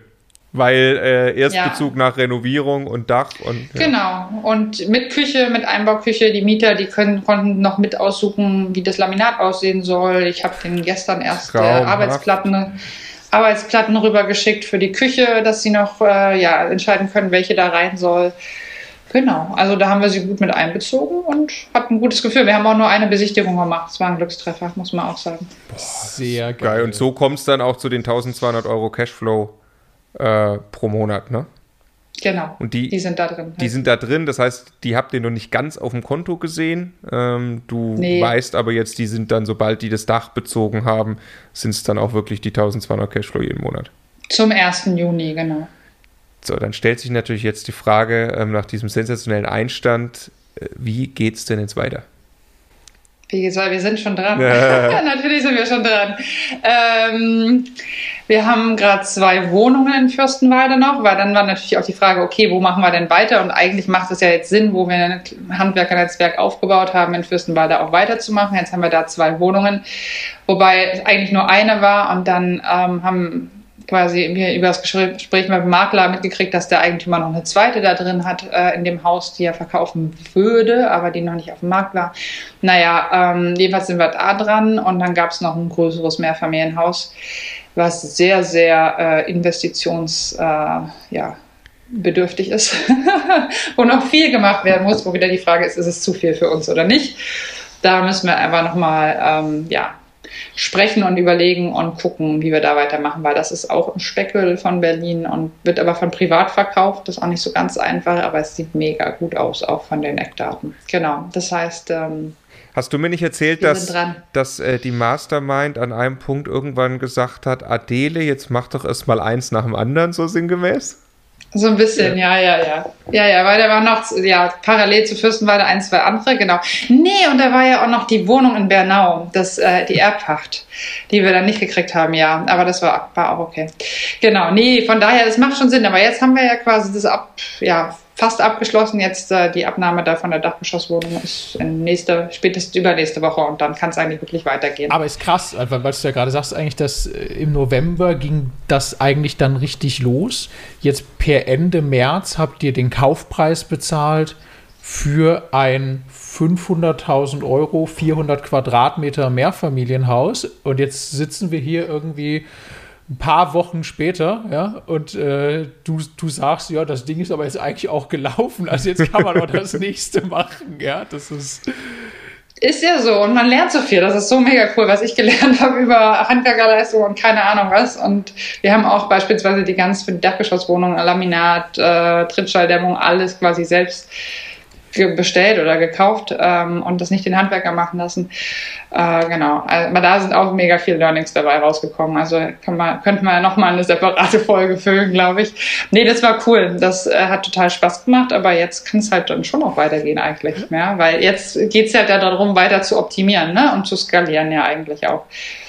Weil äh, Erstbezug ja. nach Renovierung und Dach und ja. Genau. Und mit Küche, mit Einbauküche, die Mieter, die können, konnten noch mit aussuchen, wie das Laminat aussehen soll. Ich habe denen gestern erst äh, Arbeitsplatten, Arbeitsplatten rübergeschickt für die Küche, dass sie noch äh, ja, entscheiden können, welche da rein soll. Genau, also da haben wir sie gut mit einbezogen und hatten ein gutes Gefühl. Wir haben auch nur eine Besichtigung gemacht. Es war ein Glückstreffer, muss man auch sagen. Boah, sehr geil. geil. Und so kommt es dann auch zu den eintausendzweihundert Euro Cashflow Äh, pro Monat, ne? Genau, und die, die sind da drin. Die sind da drin, das heißt, die habt ihr noch nicht ganz auf dem Konto gesehen. Ähm, du nee. weißt aber jetzt, die sind dann, sobald die das Dach bezogen haben, sind es dann auch wirklich die eintausendzweihundert Cashflow jeden Monat. Zum ersten Juni, genau. So, dann stellt sich natürlich jetzt die Frage, ähm, nach diesem sensationellen Einstand, äh, wie geht's denn jetzt weiter? Wie gesagt, wir sind schon dran. Ja. Natürlich sind wir schon dran. Ähm, wir haben gerade zwei Wohnungen in Fürstenwalde noch, weil dann war natürlich auch die Frage, okay, wo machen wir denn weiter? Und eigentlich macht es ja jetzt Sinn, wo wir ein Handwerkernetzwerk aufgebaut haben, in Fürstenwalde auch weiterzumachen. Jetzt haben wir da zwei Wohnungen, wobei es eigentlich nur eine war und dann ähm, haben quasi wir über das Gespräch mit dem Makler mitgekriegt, dass der Eigentümer noch eine zweite da drin hat äh, in dem Haus, die er verkaufen würde, aber die noch nicht auf dem Markt war. Naja, ähm, jedenfalls sind wir da dran und dann gab es noch ein größeres Mehrfamilienhaus, was sehr, sehr äh, investitions, äh, ja, bedürftig ist, wo noch viel gemacht werden muss, wo wieder die Frage ist, ist es zu viel für uns oder nicht. Da müssen wir einfach nochmal, ähm, ja, sprechen und überlegen und gucken, wie wir da weitermachen, weil das ist auch ein Speckgürtel von Berlin und wird aber von privat verkauft. Das ist auch nicht so ganz einfach, aber es sieht mega gut aus, auch von den Eckdaten. Genau, das heißt... Ähm, Hast du mir nicht erzählt, dass, dass äh, die Mastermind an einem Punkt irgendwann gesagt hat, Adele, jetzt mach doch erst mal eins nach dem anderen, so sinngemäß? So ein bisschen, ja, ja, ja. Ja, ja, weil da war noch, ja, parallel zu Fürstenwalde ein, zwei andere, genau. Nee, und da war ja auch noch die Wohnung in Bernau, das, äh, die Erbpacht, die wir dann nicht gekriegt haben, ja. Aber das war, war auch okay. Genau, nee, von daher, das macht schon Sinn. Aber jetzt haben wir ja quasi das ab, ja, fast abgeschlossen. Jetzt äh, die Abnahme da von der Dachgeschosswohnung ist in nächste, spätestens übernächste Woche und dann kann es eigentlich wirklich weitergehen. Aber ist krass, weil du ja gerade sagst, eigentlich, dass äh, im November ging das eigentlich dann richtig los. Jetzt per Ende März habt ihr den Kaufpreis bezahlt für ein fünfhunderttausend Euro, vierhundert Quadratmeter Mehrfamilienhaus und jetzt sitzen wir hier irgendwie ein paar Wochen später, ja, und äh, du, du sagst, ja, das Ding ist aber jetzt eigentlich auch gelaufen, also jetzt kann man auch das nächste machen, ja, das ist... Ist ja so und man lernt so viel, das ist so mega cool, was ich gelernt habe über Handwerkerleistung und keine Ahnung was und wir haben auch beispielsweise die ganze für die Dachgeschosswohnung, Laminat, äh, Trittschalldämmung, alles quasi selbst bestellt oder gekauft ähm, und das nicht den Handwerker machen lassen. Äh, genau, aber da sind auch mega viele Learnings dabei rausgekommen. Also kann man, könnte man ja nochmal eine separate Folge füllen, glaube ich. Nee, das war cool. Das äh, hat total Spaß gemacht, aber jetzt kann es halt dann schon noch weitergehen eigentlich. Ja? Weil jetzt geht es ja darum, weiter zu optimieren, ne? Und zu skalieren ja eigentlich auch.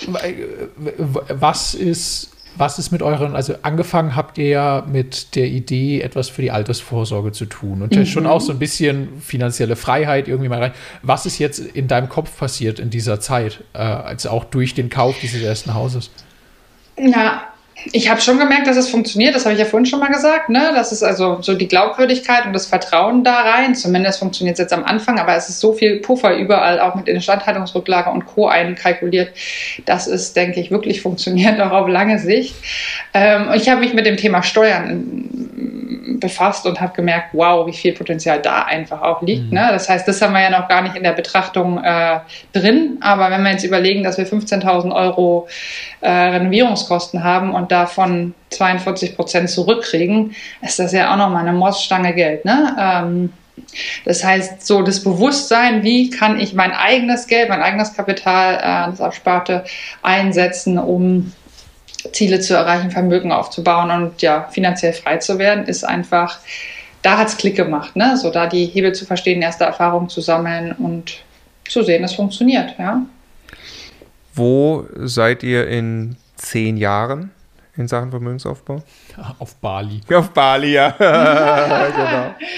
Was ist Was ist mit euren, also angefangen habt ihr ja mit der Idee, etwas für die Altersvorsorge zu tun und mhm. schon auch so ein bisschen finanzielle Freiheit irgendwie mal rein. Was ist jetzt in deinem Kopf passiert in dieser Zeit, äh, also auch durch den Kauf dieses ersten Hauses? Na, ich habe schon gemerkt, dass es funktioniert, das habe ich ja vorhin schon mal gesagt, ne? Das ist also so die Glaubwürdigkeit und das Vertrauen da rein, zumindest funktioniert es jetzt am Anfang, aber es ist so viel Puffer überall, auch mit Instandhaltungsrücklage und Co. einkalkuliert, dass es, denke ich, wirklich funktioniert, auch auf lange Sicht. Ähm, ich habe mich mit dem Thema Steuern befasst und habe gemerkt, wow, wie viel Potenzial da einfach auch liegt. Mhm. Ne? Das heißt, das haben wir ja noch gar nicht in der Betrachtung äh, drin, aber wenn wir jetzt überlegen, dass wir fünfzehntausend Euro äh, Renovierungskosten haben und davon zweiundvierzig Prozent zurückkriegen, ist das ja auch nochmal eine Mordsstange Geld. Ne? Ähm, das heißt, so das Bewusstsein, wie kann ich mein eigenes Geld, mein eigenes Kapital, äh, das Ersparte einsetzen, um Ziele zu erreichen, Vermögen aufzubauen und ja, finanziell frei zu werden, ist einfach, da hat es Klick gemacht, ne? So da die Hebel zu verstehen, erste Erfahrungen zu sammeln und zu sehen, es funktioniert, ja. Wo seid ihr in zehn Jahren in Sachen Vermögensaufbau? Auf Bali. Auf Bali, ja. Genau.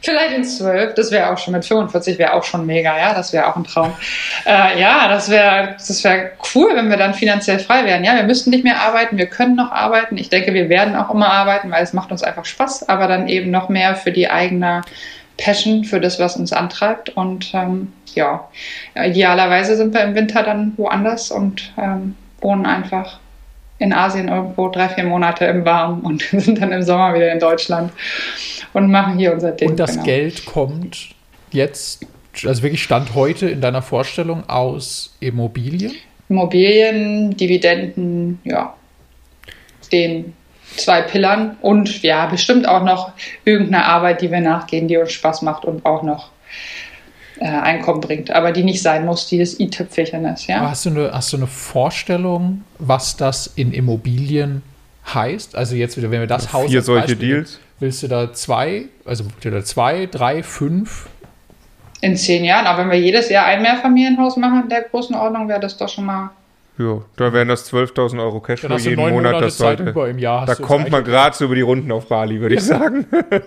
Vielleicht in zwölf, das wäre auch schon, mit fünfundvierzig wäre auch schon mega, ja, das wäre auch ein Traum. Äh, ja, das wäre das wär cool, wenn wir dann finanziell frei wären. Ja, wir müssten nicht mehr arbeiten, wir können noch arbeiten. Ich denke, wir werden auch immer arbeiten, weil es macht uns einfach Spaß, aber dann eben noch mehr für die eigene Passion, für das, was uns antreibt. Und ähm, ja, idealerweise sind wir im Winter dann woanders und ähm, wohnen einfach in Asien irgendwo drei, vier Monate im Warmen und sind dann im Sommer wieder in Deutschland und machen hier unser Ding. Und das genau. Geld kommt jetzt, also wirklich Stand heute in deiner Vorstellung aus Immobilien? Immobilien, Dividenden, ja, den zwei Pillern und ja, bestimmt auch noch irgendeine Arbeit, die wir nachgehen, die uns Spaß macht und auch noch äh, Einkommen bringt, aber die nicht sein muss, die das i-Tüpfelchen ist. Ja? Hast du, eine, hast du eine Vorstellung, was das in Immobilien heißt? Also jetzt wieder, wenn wir das Haus... Vier als solche Beispiel, Deals. Willst du da zwei, also willst du da zwei, drei, fünf? In zehn Jahren, aber wenn wir jedes Jahr ein Mehrfamilienhaus machen in der Größenordnung, wäre das doch schon mal... Ja, da wären das zwölftausend Euro Cashflow Dann hast du jeden neun Monat. Monate Das Zeit sollte, über im Jahr. Hast da du das kommt man eigentlich- gerade so über die Runden auf Bali, würde ich sagen.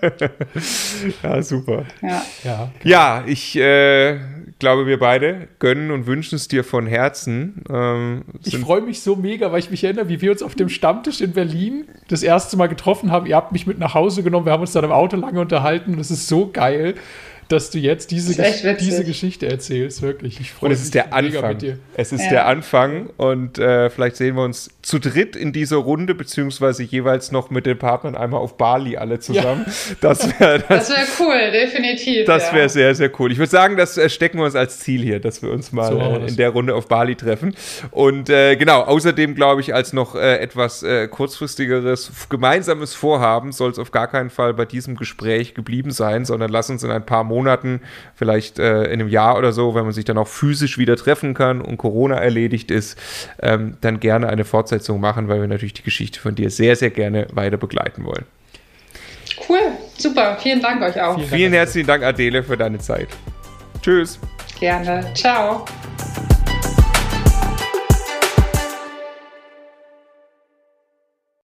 Ja, super. Ja. Ja, Ja, ich äh, glaube, wir beide gönnen und wünschen es dir von Herzen. Ähm, ich sind- freue mich so mega, weil ich mich erinnere, wie wir uns auf dem Stammtisch in Berlin das erste Mal getroffen haben. Ihr habt mich mit nach Hause genommen, wir haben uns dann im Auto lange unterhalten und es ist so geil, dass du jetzt diese, Das ist echt Gesch- witzig. diese Geschichte erzählst, wirklich. Ich freue Und mich es ist der mega Anfang. mit dir. Es ist Ja. der Anfang und äh, vielleicht sehen wir uns zu dritt in dieser Runde, beziehungsweise jeweils noch mit den Partnern einmal auf Bali alle zusammen. Das wäre das, Das wäre cool, definitiv. das ja. wäre sehr, sehr cool. Ich würde sagen, das äh, stecken wir uns als Ziel hier, dass wir uns mal So machen wir äh, das. in der Runde auf Bali treffen. Und äh, genau, außerdem glaube ich, als noch äh, etwas äh, kurzfristigeres f- gemeinsames Vorhaben soll es auf gar keinen Fall bei diesem Gespräch geblieben sein, sondern lass uns in ein paar Monaten, vielleicht äh, in einem Jahr oder so, wenn man sich dann auch physisch wieder treffen kann und Corona erledigt ist, ähm, dann gerne eine Fortsetzung machen, weil wir natürlich die Geschichte von dir sehr, sehr gerne weiter begleiten wollen. Cool, super, vielen Dank euch auch. Vielen Dank. Vielen herzlichen Dank, Adele, für deine Zeit. Tschüss. Gerne, ciao.